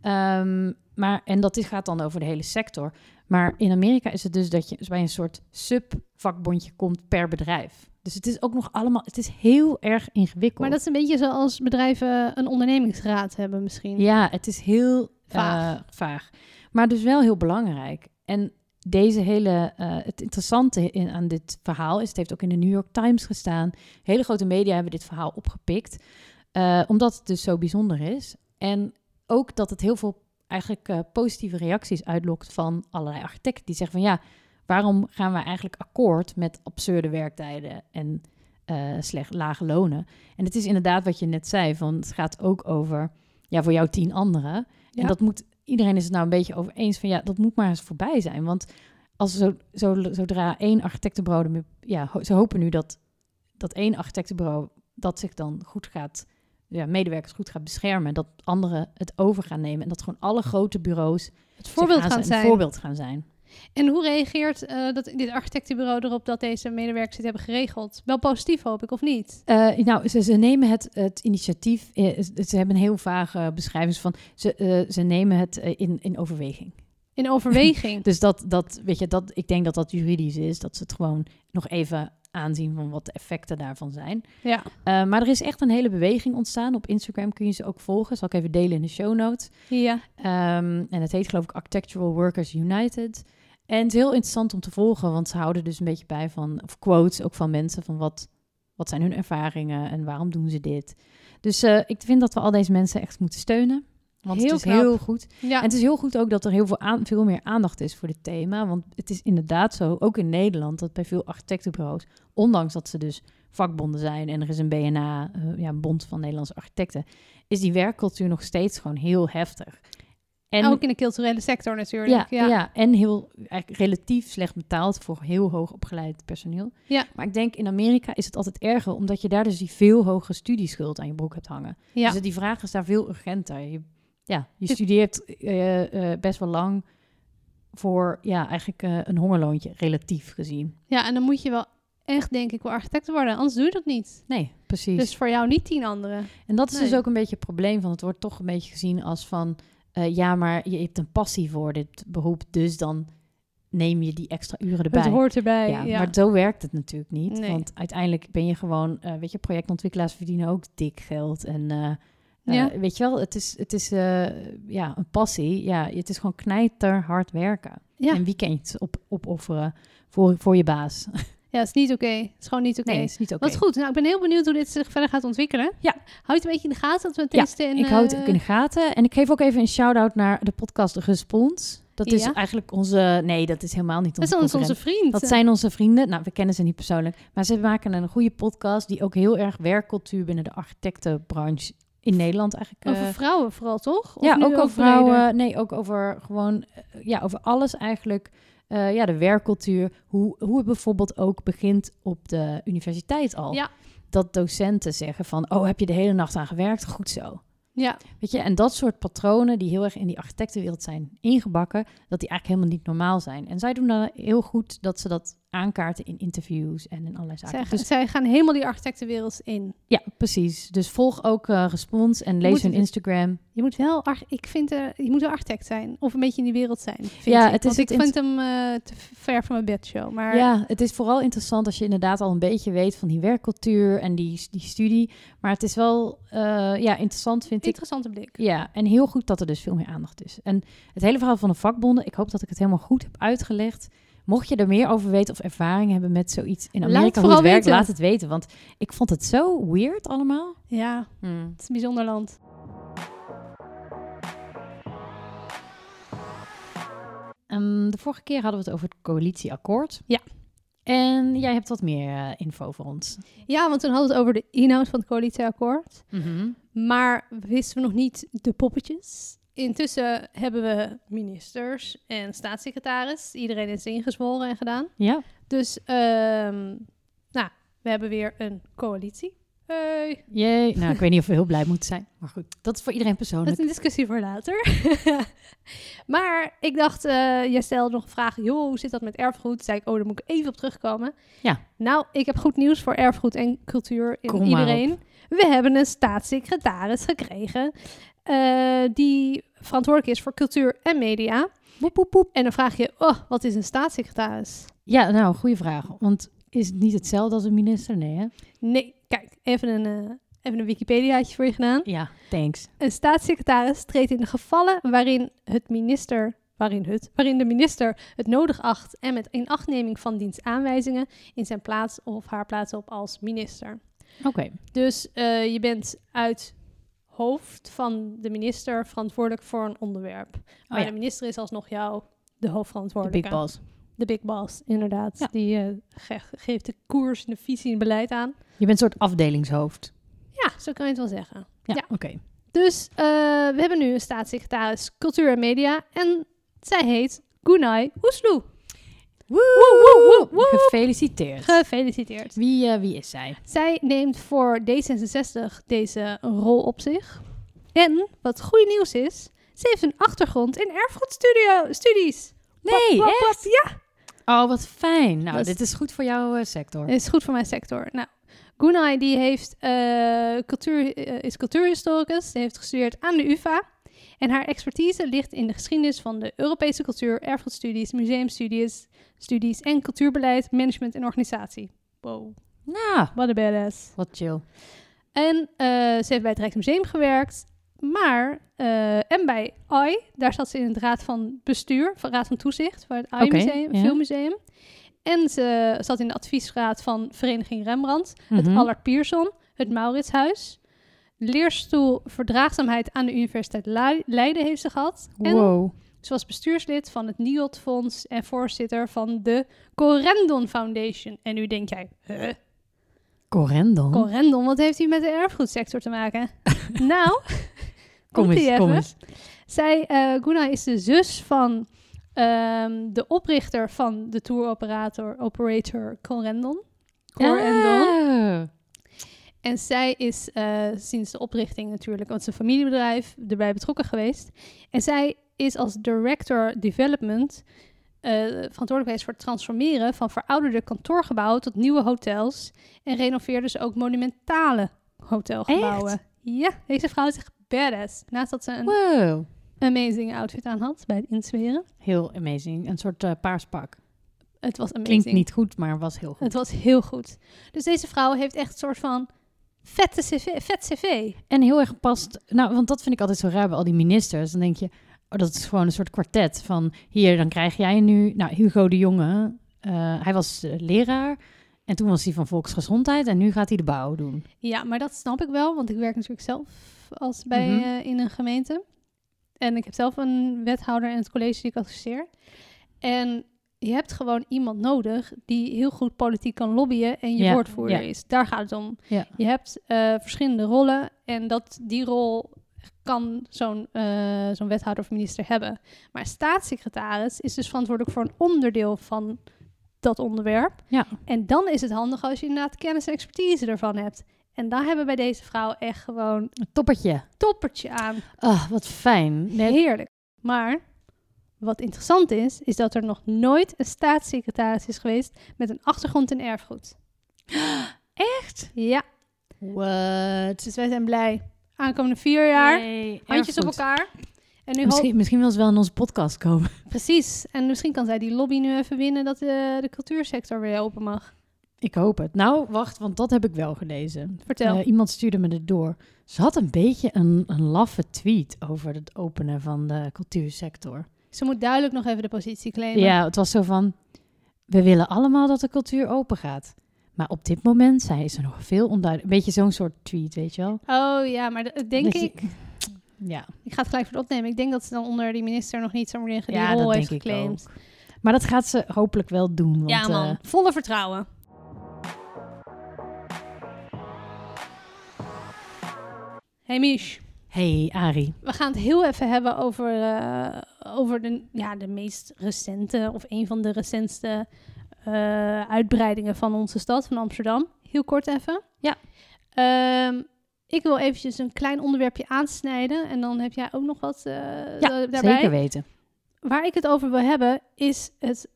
Um, maar, en dat is, gaat dan over de hele sector. Maar in Amerika is het dus dat je bij een soort sub-vakbondje komt per bedrijf. Dus het is ook nog allemaal, het is heel erg ingewikkeld. Maar dat is een beetje zoals bedrijven een ondernemingsraad hebben misschien. Ja, het is heel vaag. Uh, vaag. Maar dus wel heel belangrijk. En deze hele, uh, het interessante in, aan dit verhaal is, het heeft ook in de New York Times gestaan. Hele grote media hebben dit verhaal opgepikt. Uh, omdat het dus zo bijzonder is. En ook dat het heel veel eigenlijk uh, positieve reacties uitlokt van allerlei architecten. Die zeggen van ja, waarom gaan we eigenlijk akkoord met absurde werktijden en uh, slecht lage lonen? En het is inderdaad wat je net zei, van het gaat ook over, ja, voor jou tien anderen. Ja. En dat moet, iedereen is het nou een beetje over eens van ja, dat moet maar eens voorbij zijn. Want als zo, zo, zodra één architectenbureau, ja, ho, ze hopen nu dat, dat één architectenbureau dat zich dan goed gaat, ja, medewerkers goed gaat beschermen, dat anderen het over gaan nemen en dat gewoon alle grote bureaus het voorbeeld gaan, gaan zijn. Een voorbeeld gaan zijn. En hoe reageert uh, dat, dit architectenbureau erop dat deze medewerkers dit hebben geregeld? Wel positief, hoop ik, of niet? Uh, nou, ze, ze nemen het, het initiatief, uh, ze hebben een heel vage beschrijving van, ze, uh, ze nemen het uh, in, in overweging. In overweging? Dus dat, dat, weet je, dat, ik denk dat dat juridisch is, dat ze het gewoon nog even aanzien van wat de effecten daarvan zijn. Ja. Uh, maar er is echt een hele beweging ontstaan. Op Instagram kun je ze ook volgen. Zal ik even delen in de show notes. Ja. Um, en het heet geloof ik Architectural Workers United. En het is heel interessant om te volgen, want ze houden dus een beetje bij van, of quotes ook van mensen, van wat, wat zijn hun ervaringen en waarom doen ze dit. Dus uh, ik vind dat we al deze mensen echt moeten steunen. Want heel het is knap. heel goed. Ja. En het is heel goed ook dat er heel veel, aan, veel meer aandacht is voor dit thema. Want het is inderdaad zo, ook in Nederland, dat bij veel architectenbureaus, ondanks dat ze dus vakbonden zijn en er is een B N A, uh, ja, een bond van Nederlandse architecten, is die werkcultuur nog steeds gewoon heel heftig. En ook in de culturele sector natuurlijk. Ja, ja. ja, en heel eigenlijk relatief slecht betaald voor heel hoog opgeleid personeel. Ja. Maar ik denk in Amerika is het altijd erger, omdat je daar dus die veel hogere studieschuld aan je broek hebt hangen. Ja. Dus die vraag is daar veel urgenter. Je, ja, je studeert uh, uh, best wel lang voor ja, eigenlijk uh, een hongerloontje, relatief gezien. Ja, en dan moet je wel echt denk ik wil architect worden. Anders doe je dat niet. Nee, precies. Dus voor jou niet tien anderen. En dat is Nee. dus ook een beetje het probleem van. Het wordt toch een beetje gezien als van... Uh, ja, maar je hebt een passie voor dit beroep. Dus dan neem je die extra uren erbij. Het hoort erbij, ja, ja. Maar zo werkt het natuurlijk niet. Nee. Want uiteindelijk ben je gewoon... Uh, weet je, projectontwikkelaars verdienen ook dik geld. En uh, uh, ja. weet je wel, het is, het is uh, ja, een passie. Ja, het is gewoon knijterhard werken. Ja. En weekends op, opofferen voor, voor je baas. Ja, het is niet oké. Okay. Het is gewoon niet oké. Nee, Okay. het is niet oké. Okay. Wat goed. Nou, ik ben heel benieuwd hoe dit zich verder gaat ontwikkelen. Ja. Hou je het een beetje in de gaten dat we het ja, testen? in, ik hou het uh... ook in de gaten. En ik geef ook even een shout-out naar de podcast Respons. Dat is ja? eigenlijk onze... Nee, dat is helemaal niet onze Dat is onze vriend. Dat zijn onze vrienden. Nou, we kennen ze niet persoonlijk. Maar ze maken een goede podcast die ook heel erg werkcultuur binnen de architectenbranche in Nederland eigenlijk... Over uh, vrouwen vooral, toch? Of ja, ook over vrouwen. Breder? Nee, ook over gewoon... Uh, ja, over alles eigenlijk... Uh, ja, de werkcultuur, hoe, hoe het bijvoorbeeld ook begint op de universiteit al. Ja. Dat docenten zeggen van, oh, heb je de hele nacht aan gewerkt? Goed zo. Ja. Weet je, en dat soort patronen die heel erg in die architectenwereld zijn ingebakken, dat die eigenlijk helemaal niet normaal zijn. En zij doen dan heel goed dat ze dat aankaarten in interviews en in allerlei zaken. Zij, dus, zij gaan helemaal die architectenwereld in. Ja, precies. Dus volg ook uh, Respons en lees hun Instagram. Je moet wel, ik vind, uh, je moet wel architect zijn. Of een beetje in die wereld zijn, vind ja, ik. Het is Want het ik vind hem uh, te ver van mijn bedshow. Maar... Ja, het is vooral interessant als je inderdaad al een beetje weet van die werkcultuur en die, die studie. Maar het is wel uh, ja, interessant, vind Interessante ik. blik. Ja, en heel goed dat er dus veel meer aandacht is. En het hele verhaal van de vakbonden, ik hoop dat ik het helemaal goed heb uitgelegd. Mocht je er meer over weten of ervaring hebben met zoiets in Amerika, hoe het werkt, weten. Laat het weten. Want ik vond het zo weird allemaal. Ja, hmm. het is een bijzonder land. Um, de vorige keer hadden we het over het coalitieakkoord. Ja. En jij hebt wat meer uh, info voor ons. Ja, want toen hadden we het over de inhoud van het coalitieakkoord. Mm-hmm. Maar wisten we nog niet de poppetjes. Intussen hebben we ministers en staatssecretaris. Iedereen is ingezworen en gedaan. Ja. Dus, um, nou, we hebben weer een coalitie. Hey. Jee. Nou, ik weet niet of we heel blij moeten zijn. Maar goed, dat is voor iedereen persoonlijk. Dat is een discussie voor later. Maar ik dacht, uh, jij stelde nog een vraag. Joh, hoe zit dat met erfgoed? Toen zei ik, oh, daar moet ik even op terugkomen. Ja. Nou, ik heb goed nieuws voor erfgoed en cultuur in Kom iedereen. We hebben een staatssecretaris gekregen. Uh, die verantwoordelijk is voor cultuur en media. Boep, boep, boep. En dan vraag je, oh, wat is een staatssecretaris? Ja, nou, goede vraag. Want is het niet hetzelfde als een minister? Nee, hè? Nee, kijk, even een, uh, even een Wikipediaatje voor je gedaan. Ja, thanks. Een staatssecretaris treedt in de gevallen waarin het minister, waarin het, waarin de minister het nodig acht en met inachtneming van diens aanwijzingen in zijn plaats of haar plaats op als minister. Oké. Okay. Dus uh, je bent uit hoofd van de minister verantwoordelijk voor een onderwerp. Maar oh, ja. de minister is alsnog jou de hoofdverantwoordelijke. De big boss. De big boss, inderdaad. Ja. Die uh, ge- geeft de koers, de visie en beleid aan. Je bent een soort afdelingshoofd. Ja, zo kan je het wel zeggen. Ja, ja. oké. Okay. Dus uh, we hebben nu een staatssecretaris cultuur en media. En zij heet Gunay Oesloe. Woe, woe, woe, woe. Gefeliciteerd. Gefeliciteerd. Wie, uh, wie is zij? Zij neemt voor D zesenzestig deze rol op zich. En wat goede nieuws is, ze heeft een achtergrond in erfgoedstudies. Nee, pop, pop, echt? Pop, ja. Oh, wat fijn. Nou, dat dit is goed voor jouw uh, sector. Dit is goed voor mijn sector. Nou, Gunay die heeft, uh, cultuur, uh, is cultuurhistoricus. Ze heeft gestudeerd aan de U vA. En haar expertise ligt in de geschiedenis van de Europese cultuur, erfgoedstudies, museumstudies studies en cultuurbeleid, management en organisatie. Wow. Nou, what a badass. Wat chill. En uh, ze heeft bij het Rijksmuseum gewerkt, maar uh, en bij A I, daar zat ze in het raad van bestuur, van raad van toezicht, voor het A I-museum, okay, filmmuseum. Ja. En ze zat in de adviesraad van Vereniging Rembrandt, mm-hmm. het Allard Pierson, het Mauritshuis. Leerstoel Verdraagzaamheid aan de Universiteit Leiden heeft ze gehad. Wow. En ze was bestuurslid van het N I O T-fonds en voorzitter van de Corendon Foundation. En nu denk jij, huh? Corendon? Corendon, wat heeft hij met de erfgoedsector te maken? Nou, kom eens, even. kom eens. Zij, uh, Gunay is de zus van um, de oprichter van de touroperator operator Corendon. Corendon. Ah. En zij is uh, sinds de oprichting natuurlijk, want het is een familiebedrijf, erbij betrokken geweest. En zij is als Director Development verantwoordelijk geweest voor het transformeren van verouderde kantoorgebouwen tot nieuwe hotels. En renoveerde ze ook monumentale hotelgebouwen. Echt? Ja, deze vrouw is echt badass. Naast dat ze een Wow. amazing outfit aan had bij het inzweren. Heel amazing. Een soort uh, paars pak. Het was amazing. Klinkt niet goed, maar was heel goed. Het was heel goed. Dus deze vrouw heeft echt een soort van vette cv, vet cv. En heel erg gepast. Nou, want dat vind ik altijd zo raar bij al die ministers. Dan denk je, oh, dat is gewoon een soort kwartet van hier, dan krijg jij nu, nou, Hugo de Jonge, uh, hij was uh, leraar en toen was hij van volksgezondheid en nu gaat hij de bouw doen. Ja, maar dat snap ik wel, want ik werk natuurlijk zelf als bij Mhm. uh, in een gemeente. En ik heb zelf een wethouder en het college die ik adviseer. En je hebt gewoon iemand nodig die heel goed politiek kan lobbyen en je Ja, woordvoerder ja. is. Daar gaat het om. Ja. Je hebt uh, verschillende rollen en dat die rol kan zo'n, uh, zo'n wethouder of minister hebben. Maar staatssecretaris is dus verantwoordelijk voor een onderdeel van dat onderwerp. Ja. En dan is het handig als je inderdaad kennis en expertise ervan hebt. En daar hebben we bij deze vrouw echt gewoon Een toppertje. toppertje aan. Ah, wat fijn. Nee, Heerlijk. Maar wat interessant is, is dat er nog nooit een staatssecretaris is geweest met een achtergrond in erfgoed. echt? Ja, What? dus wij zijn blij. Aankomende vier jaar, Nee, handjes op erfgoed. elkaar. En nu hoop... Misschien, misschien wil ze wel in onze podcast komen. Precies. En misschien kan zij die lobby nu even winnen dat de, de cultuursector weer open mag. Ik hoop het. Nou, wacht, want dat heb ik wel gelezen. Vertel. Uh, iemand stuurde me dit door. Ze had een beetje een, een laffe tweet over het openen van de cultuursector. Ze moet duidelijk nog even de positie claimen. Ja, het was zo van, we willen allemaal dat de cultuur open gaat. Maar op dit moment zijn is er nog veel onduidelijk. Een beetje zo'n soort tweet, weet je wel? Oh ja, maar dat denk Dat je- ik... Ja, Ik ga het gelijk voor het opnemen. Ik denk dat ze dan onder die minister nog niet zo'n die ja rol dat heeft denk ik geclaimd. ook. Maar dat gaat ze hopelijk wel doen. Want, Ja man, eh, volle vertrouwen. Hey Mich, hey, Arie. we gaan het heel even hebben over, eh, over de, ja, de meest recente, of een van de recentste eh, uitbreidingen van onze stad, van Amsterdam. Heel kort even. Ja. Ehm, ik wil eventjes een klein onderwerpje aansnijden en dan heb jij ook nog wat eh, Ja, daarbij. zeker weten. Waar ik het over wil hebben is het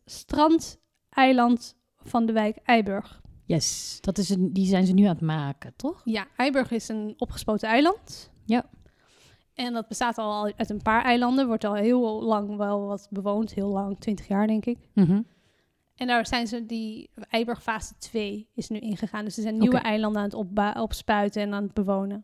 strandeiland van de wijk Eiburg. Yes, dat is een, die zijn ze nu aan het maken, toch? Ja, Eiburg is een opgespoten eiland. Ja. En dat bestaat al uit een paar eilanden. Wordt al heel lang wel wat bewoond. Heel lang, twintig jaar denk ik. Mhm. En daar zijn ze, die Eiburg fase twee is nu ingegaan. Dus er zijn nieuwe Oké. eilanden aan het opba- opspuiten en aan het bewonen.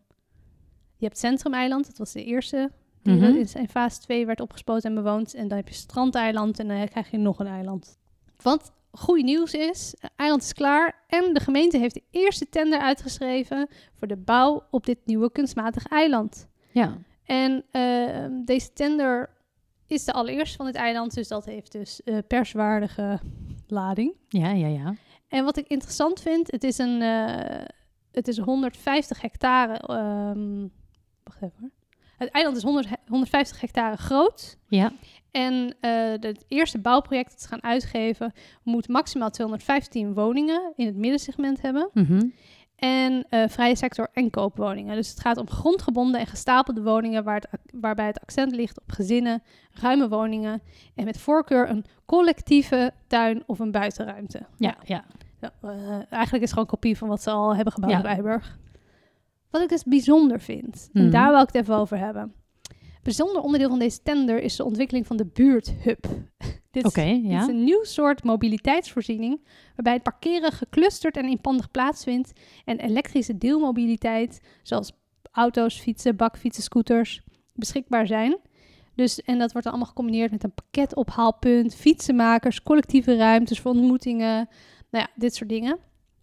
Je hebt Centrum-eiland, dat was de eerste. Die Mhm. in in fase twee werd opgespoten en bewoond. En dan heb je Strandeiland en dan krijg je nog een eiland. Wat goed nieuws is, het eiland is klaar. En de gemeente heeft de eerste tender uitgeschreven voor de bouw op dit nieuwe kunstmatig eiland. Ja. En eh, deze tender is de allereerste van dit eiland. Dus dat heeft dus eh, perswaardige lading. Ja, ja, ja. En wat ik interessant vind, het is een uh, het is honderdvijftig hectare. Um, wacht even hoor. Het eiland is honderd, honderdvijftig hectare groot. Ja. En uh, het eerste bouwproject dat ze gaan uitgeven moet maximaal tweehonderdvijftien woningen in het middensegment hebben. Mhm. En uh, vrije sector en koopwoningen. Dus het gaat om grondgebonden en gestapelde woningen waar het, waarbij het accent ligt op gezinnen, ruime woningen en met voorkeur een collectieve tuin of een buitenruimte. Ja, ja. Ja, uh, eigenlijk is het gewoon een kopie van wat ze al hebben gebouwd Ja. op Eiburg. Wat ik dus bijzonder vind, Mhm. en daar wil ik het even over hebben. Bijzonder onderdeel van deze tender is de ontwikkeling van de buurthub. Dit, Oké, is, dit ja. is een nieuw soort mobiliteitsvoorziening waarbij het parkeren geclusterd en inpandig plaatsvindt en elektrische deelmobiliteit, zoals auto's, fietsen, bakfietsen, scooters, beschikbaar zijn. Dus, en dat wordt dan allemaal gecombineerd met een pakketophaalpunt, fietsenmakers, collectieve ruimtes voor ontmoetingen, nou ja, dit soort dingen.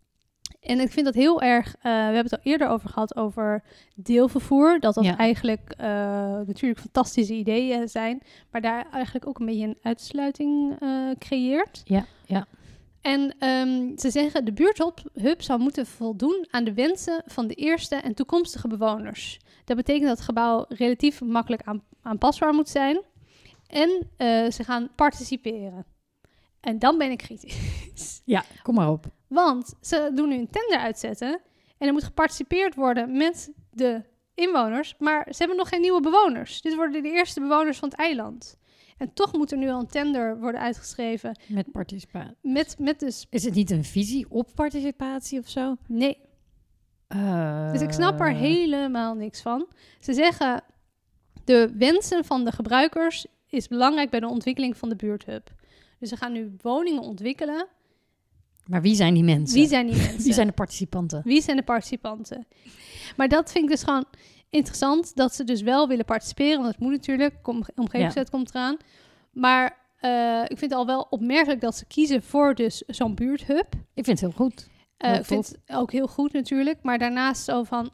En ik vind dat heel erg, uh, we hebben het al eerder over gehad, over deelvervoer. Dat dat Ja. eigenlijk uh, natuurlijk fantastische ideeën zijn, maar daar eigenlijk ook een beetje een uitsluiting uh, creëert. Ja, ja. En um, ze zeggen, de buurthub zou moeten voldoen aan de wensen van de eerste en toekomstige bewoners. Dat betekent dat het gebouw relatief makkelijk aan, aanpasbaar moet zijn. En uh, ze gaan participeren. En dan ben ik kritisch. Ja, kom maar op. Want ze doen nu een tender uitzetten en er moet geparticipeerd worden met de inwoners, maar ze hebben nog geen nieuwe bewoners. Dit worden de eerste bewoners van het eiland. En toch moet er nu al een tender worden uitgeschreven. Met participatie. Met, met dus... Is het niet een visie op participatie of zo? Nee. Uh, Dus ik snap er helemaal niks van. Ze zeggen, de wensen van de gebruikers is belangrijk bij de ontwikkeling van de buurthub. Dus ze gaan nu woningen ontwikkelen. Maar wie zijn die mensen? Wie zijn die mensen? Wie zijn de participanten? Wie zijn de participanten? Maar dat vind ik dus gewoon interessant, dat ze dus wel willen participeren. Want het moet natuurlijk, Kom, omgevingswet ja. komt eraan. Maar uh, ik vind het al wel opmerkelijk dat ze kiezen voor dus zo'n buurthub. Ik vind het heel goed. Uh, ik vind het ook heel goed natuurlijk. Maar daarnaast zo van,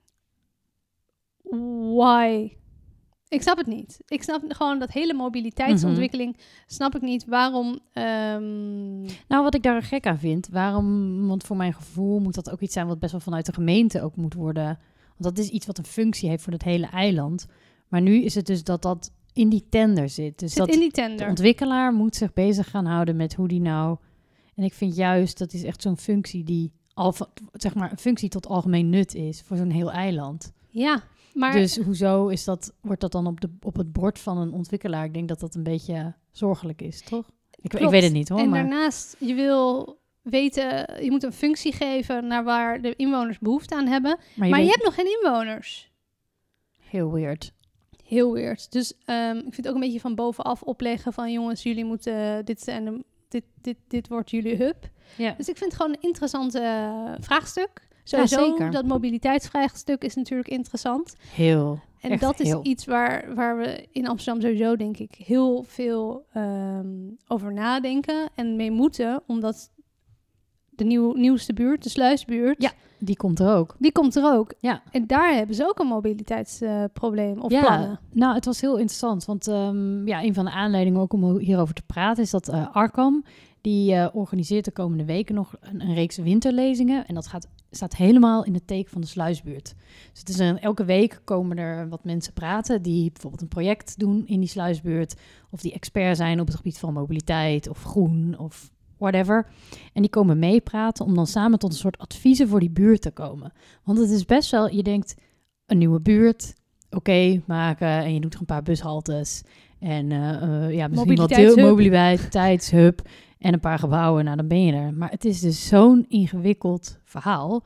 why? Ik snap het niet. Ik snap gewoon dat hele mobiliteitsontwikkeling, mm-hmm. snap ik niet waarom... Um... Nou, wat ik daar gek aan vind, waarom, want voor mijn gevoel moet dat ook iets zijn wat best wel vanuit de gemeente ook moet worden. Want dat is iets wat een functie heeft voor het hele eiland. Maar nu is het dus dat dat in die tender zit. Dus zit dat in die tender. De ontwikkelaar moet zich bezig gaan houden met hoe die nou... En ik vind juist, dat is echt zo'n functie die, al, zeg maar, een functie tot algemeen nut is voor zo'n heel eiland. Ja, maar... Dus hoezo is dat, wordt dat dan op, de, op het bord van een ontwikkelaar? Ik denk dat dat een beetje zorgelijk is, toch? Ik, ik weet het niet, hoor. En maar... daarnaast, je wil weten, je moet een functie geven naar waar de inwoners behoefte aan hebben. Maar je, maar weet... je hebt nog geen inwoners. Heel weird. Heel weird. Dus um, ik vind het ook een beetje van bovenaf opleggen van jongens, jullie moeten dit en de, dit, dit, dit wordt jullie hub. Ja. Dus ik vind het gewoon een interessante uh, vraagstuk. Sowieso, ja, zeker. Dat mobiliteitsvraagstuk is natuurlijk interessant. Heel. En dat is heel. iets waar, waar we in Amsterdam sowieso, denk ik, heel veel um, over nadenken en mee moeten. Omdat de nieuw, nieuwste buurt, de Sluisbuurt... Ja, die komt er ook. Die komt er ook. Ja. En daar hebben ze ook een mobiliteitsprobleem uh, of ja, plannen. Nou, het was heel interessant. Want um, ja, een van de aanleidingen ook om hierover te praten is dat uh, Arkham... Die uh, organiseert de komende weken nog een, een reeks winterlezingen. En dat gaat, staat helemaal in het teken van de Sluisbuurt. Dus het is een, elke week komen er wat mensen praten die bijvoorbeeld een project doen in die Sluisbuurt. Of die expert zijn op het gebied van mobiliteit of groen of whatever. En die komen meepraten om dan samen tot een soort adviezen voor die buurt te komen. Want het is best wel, je denkt, een nieuwe buurt, oké, okay, maken. En je doet er een paar bushaltes. En uh, uh, ja, misschien wat deel mobiliteitshub. En een paar gebouwen, nou dan ben je er. Maar het is dus zo'n ingewikkeld verhaal.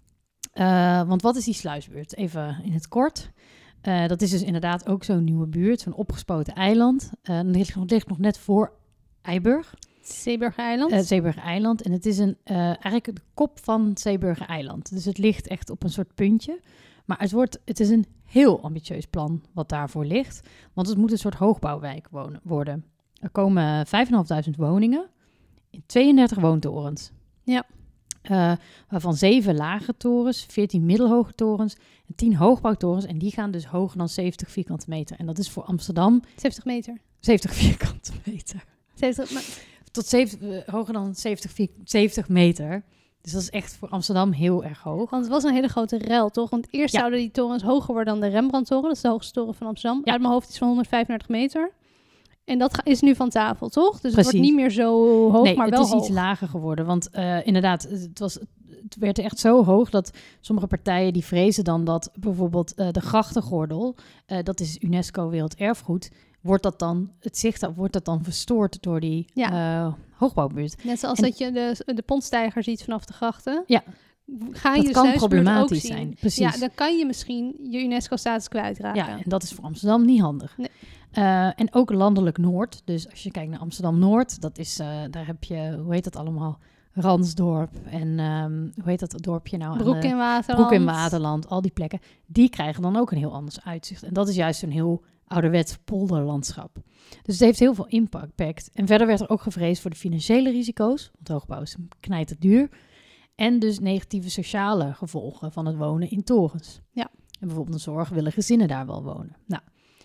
Uh, want wat is die Sluisbuurt? Even in het kort. Uh, dat is dus inderdaad ook zo'n nieuwe buurt, zo'n opgespoten eiland. Uh, dat ligt, ligt nog net voor Eiburg. Zeeburger-eiland? Uh, Zeeburger-eiland. En het is een, uh, eigenlijk de kop van Zeeburger-eiland. Dus het ligt echt op een soort puntje. Maar het, wordt, het is een heel ambitieus plan wat daarvoor ligt. Want het moet een soort hoogbouwwijk wonen, worden. Er komen vijfduizend vijfhonderd woningen in tweeëndertig woontorens. Ja. Uh, waarvan zeven lage torens, veertien middelhoge torens en tien hoogbouwtorens. En die gaan dus hoger dan zeventig vierkante meter. En dat is voor Amsterdam... zeventig meter. zeventig vierkante meter. zeventig, maar... Tot zeventig, uh, hoger dan zeventig, zeventig meter. Dus dat is echt voor Amsterdam heel erg hoog. Want het was een hele grote rel, toch? Want eerst ja. zouden die torens hoger worden dan de Rembrandttoren. Dat is de hoogste toren van Amsterdam. Ja. Uit mijn hoofd is van honderdvijfendertig meter. En dat is nu van tafel, toch? Dus Precies. het wordt niet meer zo hoog, nee, maar wel hoog. het is iets lager geworden. Want uh, inderdaad, het, was, het werd echt zo hoog dat sommige partijen die vrezen dan dat bijvoorbeeld uh, de grachtengordel, uh, dat is UNESCO Werelderfgoed, wordt dat dan, het zicht wordt dat dan verstoord door die ja. uh, hoogbouwbuurt. Net zoals en, dat je de, de pontstijger ziet vanaf de grachten. Ja. Ga dat je kan de problematisch ook zien. zijn. Precies. Ja, dan kan je misschien je UNESCO-status kwijtraken. Ja, en dat is voor Amsterdam niet handig. Nee. Uh, en ook landelijk Noord. Dus als je kijkt naar Amsterdam-Noord, dat is, uh, daar heb je, hoe heet dat allemaal? Ransdorp en um, hoe heet dat dorpje nou? Broek in Waterland. Broek in Waterland, al die plekken. Die krijgen dan ook een heel anders uitzicht. En dat is juist een heel ouderwets polderlandschap. Dus het heeft heel veel impact. En verder werd er ook gevreesd voor de financiële risico's. Want hoogbouw is knijtend duur. En dus negatieve sociale gevolgen van het wonen in torens. Ja. En bijvoorbeeld een zorg willen gezinnen daar wel wonen. Nou,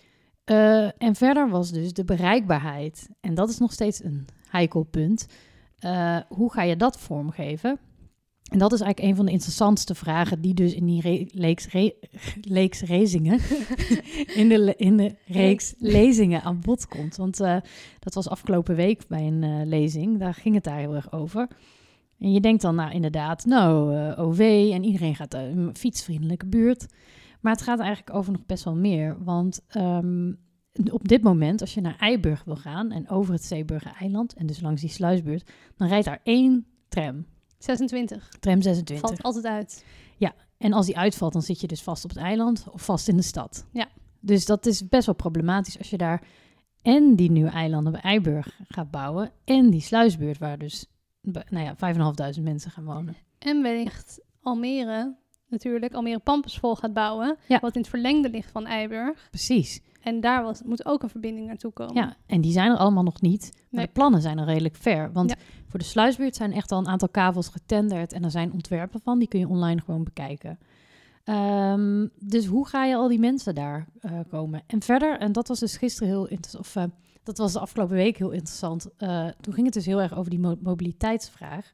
uh, en verder was dus de bereikbaarheid. En dat is nog steeds een heikel punt. Uh, hoe ga je dat vormgeven? En dat is eigenlijk een van de interessantste vragen die dus in die re- leeks, re- leeks lezingen, in, de, in de reeks lezingen aan bod komt. Want uh, dat was afgelopen week bij een uh, lezing, daar ging het daar heel erg over. En je denkt dan, nou inderdaad, nou, uh, O V en iedereen gaat een uh, fietsvriendelijke buurt. Maar het gaat eigenlijk over nog best wel meer. Want um, op dit moment, als je naar Eiburg wil gaan en over het Zeeburger-eiland en dus langs die sluisbuurt, dan rijdt daar één tram. zesentwintig. Tram zesentwintig. Valt altijd uit. En als die uitvalt, dan zit je dus vast op het eiland of vast in de stad. Ja. Dus dat is best wel problematisch als je daar en die nieuwe eilanden bij Eiburg gaat bouwen en die sluisbuurt waar dus nou ja, vijfduizend mensen gaan wonen. En wellicht Almere, natuurlijk, Almere Pampusvol gaat bouwen. Ja. Wat in het verlengde ligt van Eiburg. Precies. En daar was, moet ook een verbinding naartoe komen. Ja, en die zijn er allemaal nog niet. Maar Nee. de plannen zijn al redelijk ver. Want Ja. voor de sluisbuurt zijn echt al een aantal kavels getenderd. En er zijn ontwerpen van, die kun je online gewoon bekijken. Um, dus hoe ga je al die mensen daar uh, komen? En verder, en dat was dus gisteren heel interessant, of uh, dat was de afgelopen week heel interessant. Uh, toen ging het dus heel erg over die mo- mobiliteitsvraag.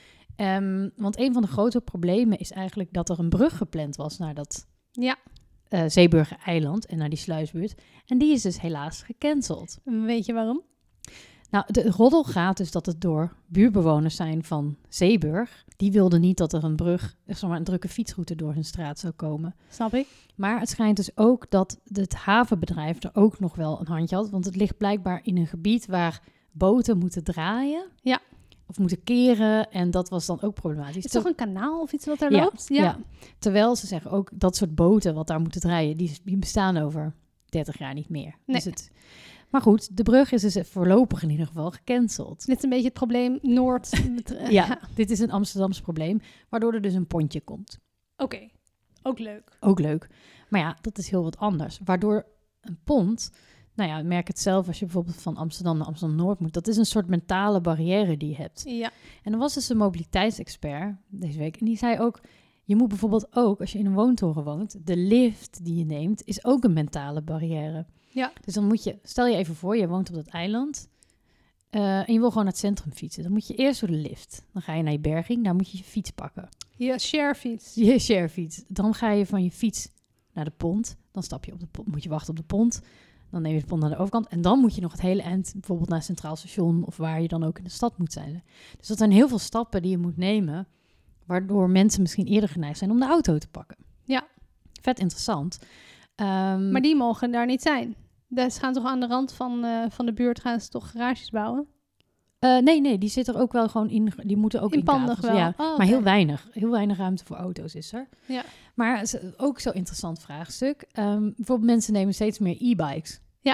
Um, want een van de grote problemen is eigenlijk dat er een brug gepland was naar dat Ja. uh, Zeeburger-eiland en naar die sluisbuurt. En die is dus helaas gecanceld. Weet je waarom? Nou, de roddel gaat dus dat het door buurtbewoners zijn van Zeeburg. Die wilden niet dat er een brug, zeg maar een drukke fietsroute door hun straat zou komen. Snap ik. Maar het schijnt dus ook dat het havenbedrijf er ook nog wel een handje had. Want het ligt blijkbaar in een gebied waar boten moeten draaien. Ja. Of moeten keren. En dat was dan ook problematisch. Is het toch een kanaal of iets wat daar Ja, loopt? ja. Terwijl ze zeggen ook dat soort boten wat daar moeten draaien, die, die bestaan over dertig jaar niet meer. Nee. Dus het, maar goed, de brug is dus voorlopig in ieder geval gecanceld. Dit is een beetje het probleem Noord. Ja, dit is een Amsterdams probleem, waardoor er dus een pontje komt. Oké, okay. Ook leuk. Ook leuk. Maar ja, dat is heel wat anders. Waardoor een pont, nou ja, merk het zelf als je bijvoorbeeld van Amsterdam naar Amsterdam-Noord moet. Dat is een soort mentale barrière die je hebt. Ja. En er was dus een mobiliteitsexpert deze week. En die zei ook, je moet bijvoorbeeld ook, als je in een woontoren woont, de lift die je neemt, is ook een mentale barrière. Ja. Dus dan moet je, stel je even voor, je woont op dat eiland uh, en je wil gewoon naar het centrum fietsen. Dan moet je eerst door de lift. Dan ga je naar je berging, daar moet je je fiets pakken. Je sharefiets. Je sharefiets. Dan ga je van je fiets naar de pont. Dan stap je op de pont, moet je wachten op de pont. Dan neem je de pont naar de overkant. En dan moet je nog het hele eind, bijvoorbeeld naar Centraal Station of waar je dan ook in de stad moet zijn. Dus dat zijn heel veel stappen die je moet nemen, waardoor mensen misschien eerder geneigd zijn om de auto te pakken. Ja. Vet interessant. Um, maar die mogen daar niet zijn. Dus gaan toch aan de rand van, uh, van de buurt gaan ze toch garages bouwen? Uh, nee, nee, die zitten er ook wel gewoon in. Die moeten ook in, in pandig wel. Ja, oh, okay. Maar heel weinig. Heel weinig ruimte voor auto's is er. Ja. Maar ook zo'n interessant vraagstuk. Um, bijvoorbeeld mensen nemen steeds meer e-bikes. Ja.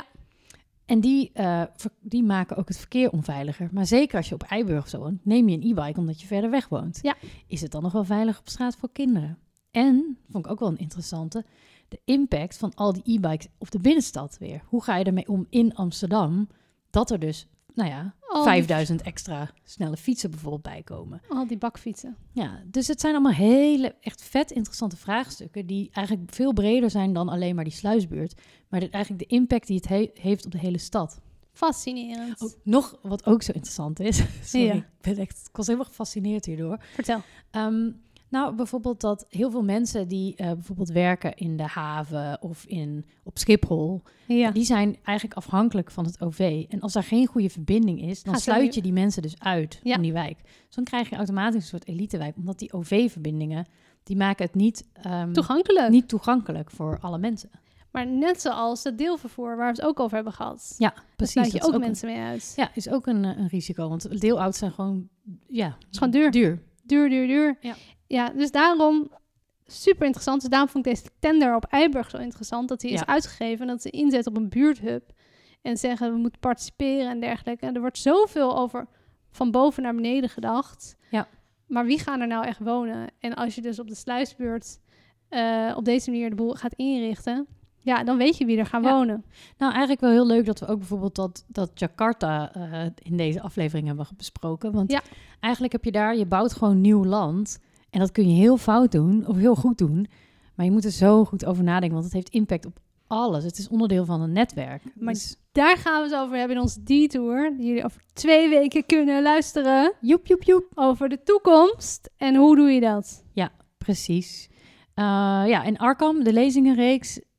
En die, uh, ver, die maken ook het verkeer onveiliger. Maar zeker als je op Eiburg zo woont, neem je een e-bike omdat je verder weg woont. Ja. Is het dan nog wel veilig op straat voor kinderen? En, vond ik ook wel een interessante, de impact van al die e-bikes op de binnenstad weer. Hoe ga je ermee om in Amsterdam, dat er dus, nou ja, al vijfduizend die... extra snelle fietsen bijvoorbeeld bijkomen. Al die bakfietsen. Ja, dus het zijn allemaal hele, echt vet interessante vraagstukken die eigenlijk veel breder zijn dan alleen maar die sluisbuurt. Maar dit, eigenlijk de impact die het he- heeft op de hele stad. Fascinerend. Ook, nog wat ook zo interessant is. Sorry, Ja. ik, ben echt, ik was helemaal gefascineerd hierdoor. Vertel. Um, nou, bijvoorbeeld dat heel veel mensen die uh, bijvoorbeeld werken in de haven of in, op Schiphol, Ja. die zijn eigenlijk afhankelijk van het O V. En als daar geen goede verbinding is, dan Gaat sluit er je die mensen dus uit Ja. van die wijk. Dus dan krijg je automatisch een soort elitewijk, omdat die O V-verbindingen, die maken het niet, um, Toegankelijk. niet toegankelijk voor alle mensen. Maar net zoals het deelvervoer, waar we het ook over hebben gehad. Ja, Daar precies. sluit je dat is ook een- mensen mee uit. Ja, is ook een, uh, een risico, want deelauto's zijn gewoon, ja, Het is gewoon duur. duur. Duur, duur, duur. Ja. Ja, dus daarom super interessant. Dus daarom vond ik deze tender op Eiburg zo interessant. Dat hij is Ja. uitgegeven en dat ze inzet op een buurthub. En zeggen we moeten participeren en dergelijke. En er wordt zoveel over van boven naar beneden gedacht. Ja. Maar wie gaan er nou echt wonen? En als je dus op de sluisbuurt uh, op deze manier de boel gaat inrichten, ja, dan weet je wie er gaan Ja. wonen. Nou, eigenlijk wel heel leuk dat we ook bijvoorbeeld dat, dat Jakarta uh, in deze aflevering hebben besproken. Want Ja. eigenlijk heb je daar, je bouwt gewoon nieuw land. En dat kun je heel fout doen of heel goed doen. Maar je moet er zo goed over nadenken, want het heeft impact op alles. Het is onderdeel van een netwerk. Maar dus, daar gaan we het over hebben in onze detour. Die jullie over twee weken kunnen luisteren. joep, joep, joep. Over de toekomst. En hoe doe je dat? Precies. Uh, ja, en Arkham, de lezingenreeks,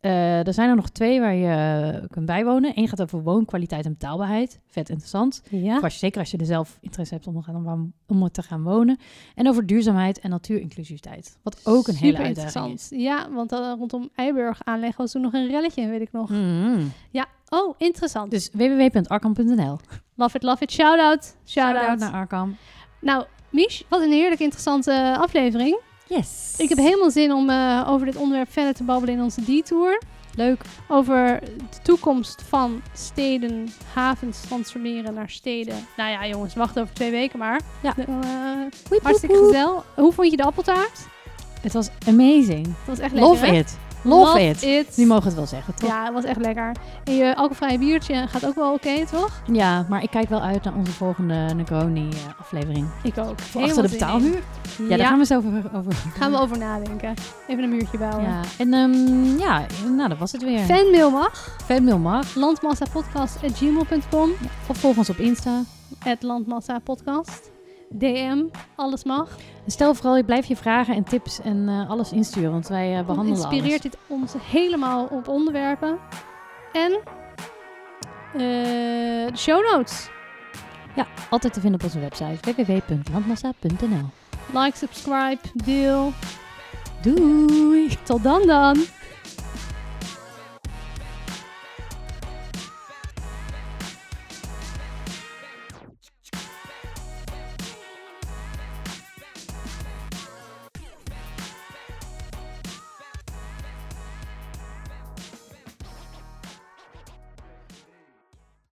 Uh, er zijn er nog twee waar je uh, kunt bijwonen. Eén gaat over woonkwaliteit en betaalbaarheid. Vet interessant. Ja. Als je, zeker als je er zelf interesse hebt om, om, om te gaan wonen. En over duurzaamheid en natuurinclusiviteit. Wat ook een Super hele uitdaging is. Ja, want uh, rondom Eiburg aanleggen was toen nog een relletje, weet ik nog. Mm-hmm. Ja, oh, interessant. Dus w w w punt arkham punt n l. Love it, love it. Shout-out. Shout-out. Shout-out naar Arkham. Nou, Mich, wat een heerlijke interessante aflevering. Yes. Ik heb helemaal zin om uh, over dit onderwerp verder te babbelen in onze detour. Leuk. Over de toekomst van steden, havens transformeren naar steden. Nou ja, jongens, wacht over twee weken maar. Ja. Uh, Woep, hartstikke woep, gezellig. Hoe vond je de appeltaart? Het was amazing. Het was echt lekker, Love hè? it. Love, Love it. it. Nu mogen we het wel zeggen, toch? Ja, het was echt lekker. En je alcoholvrije biertje gaat ook wel oké, okay, toch? Ja, maar ik kijk wel uit naar onze volgende Negroni-aflevering. Ik ook. Voor achter de betaalmuur? Ja, ja, daar gaan we eens over, over... Gaan we over nadenken. Even een muurtje bouwen. Ja, en um, ja, nou, dat was het weer. Fanmail mag. Fanmail mag. landmassapodcast at gmail punt com. Ja, of volg ons op Insta. At landmassapodcast. D M, alles mag. Stel vooral, blijf je vragen en tips en uh, alles insturen, want wij uh, behandelen alles. Inspireert dit ons helemaal op onderwerpen. En uh, de show notes. Ja, altijd te vinden op onze website w w w punt landmassa punt n l. Like, subscribe, deel. Doei! Tot dan dan!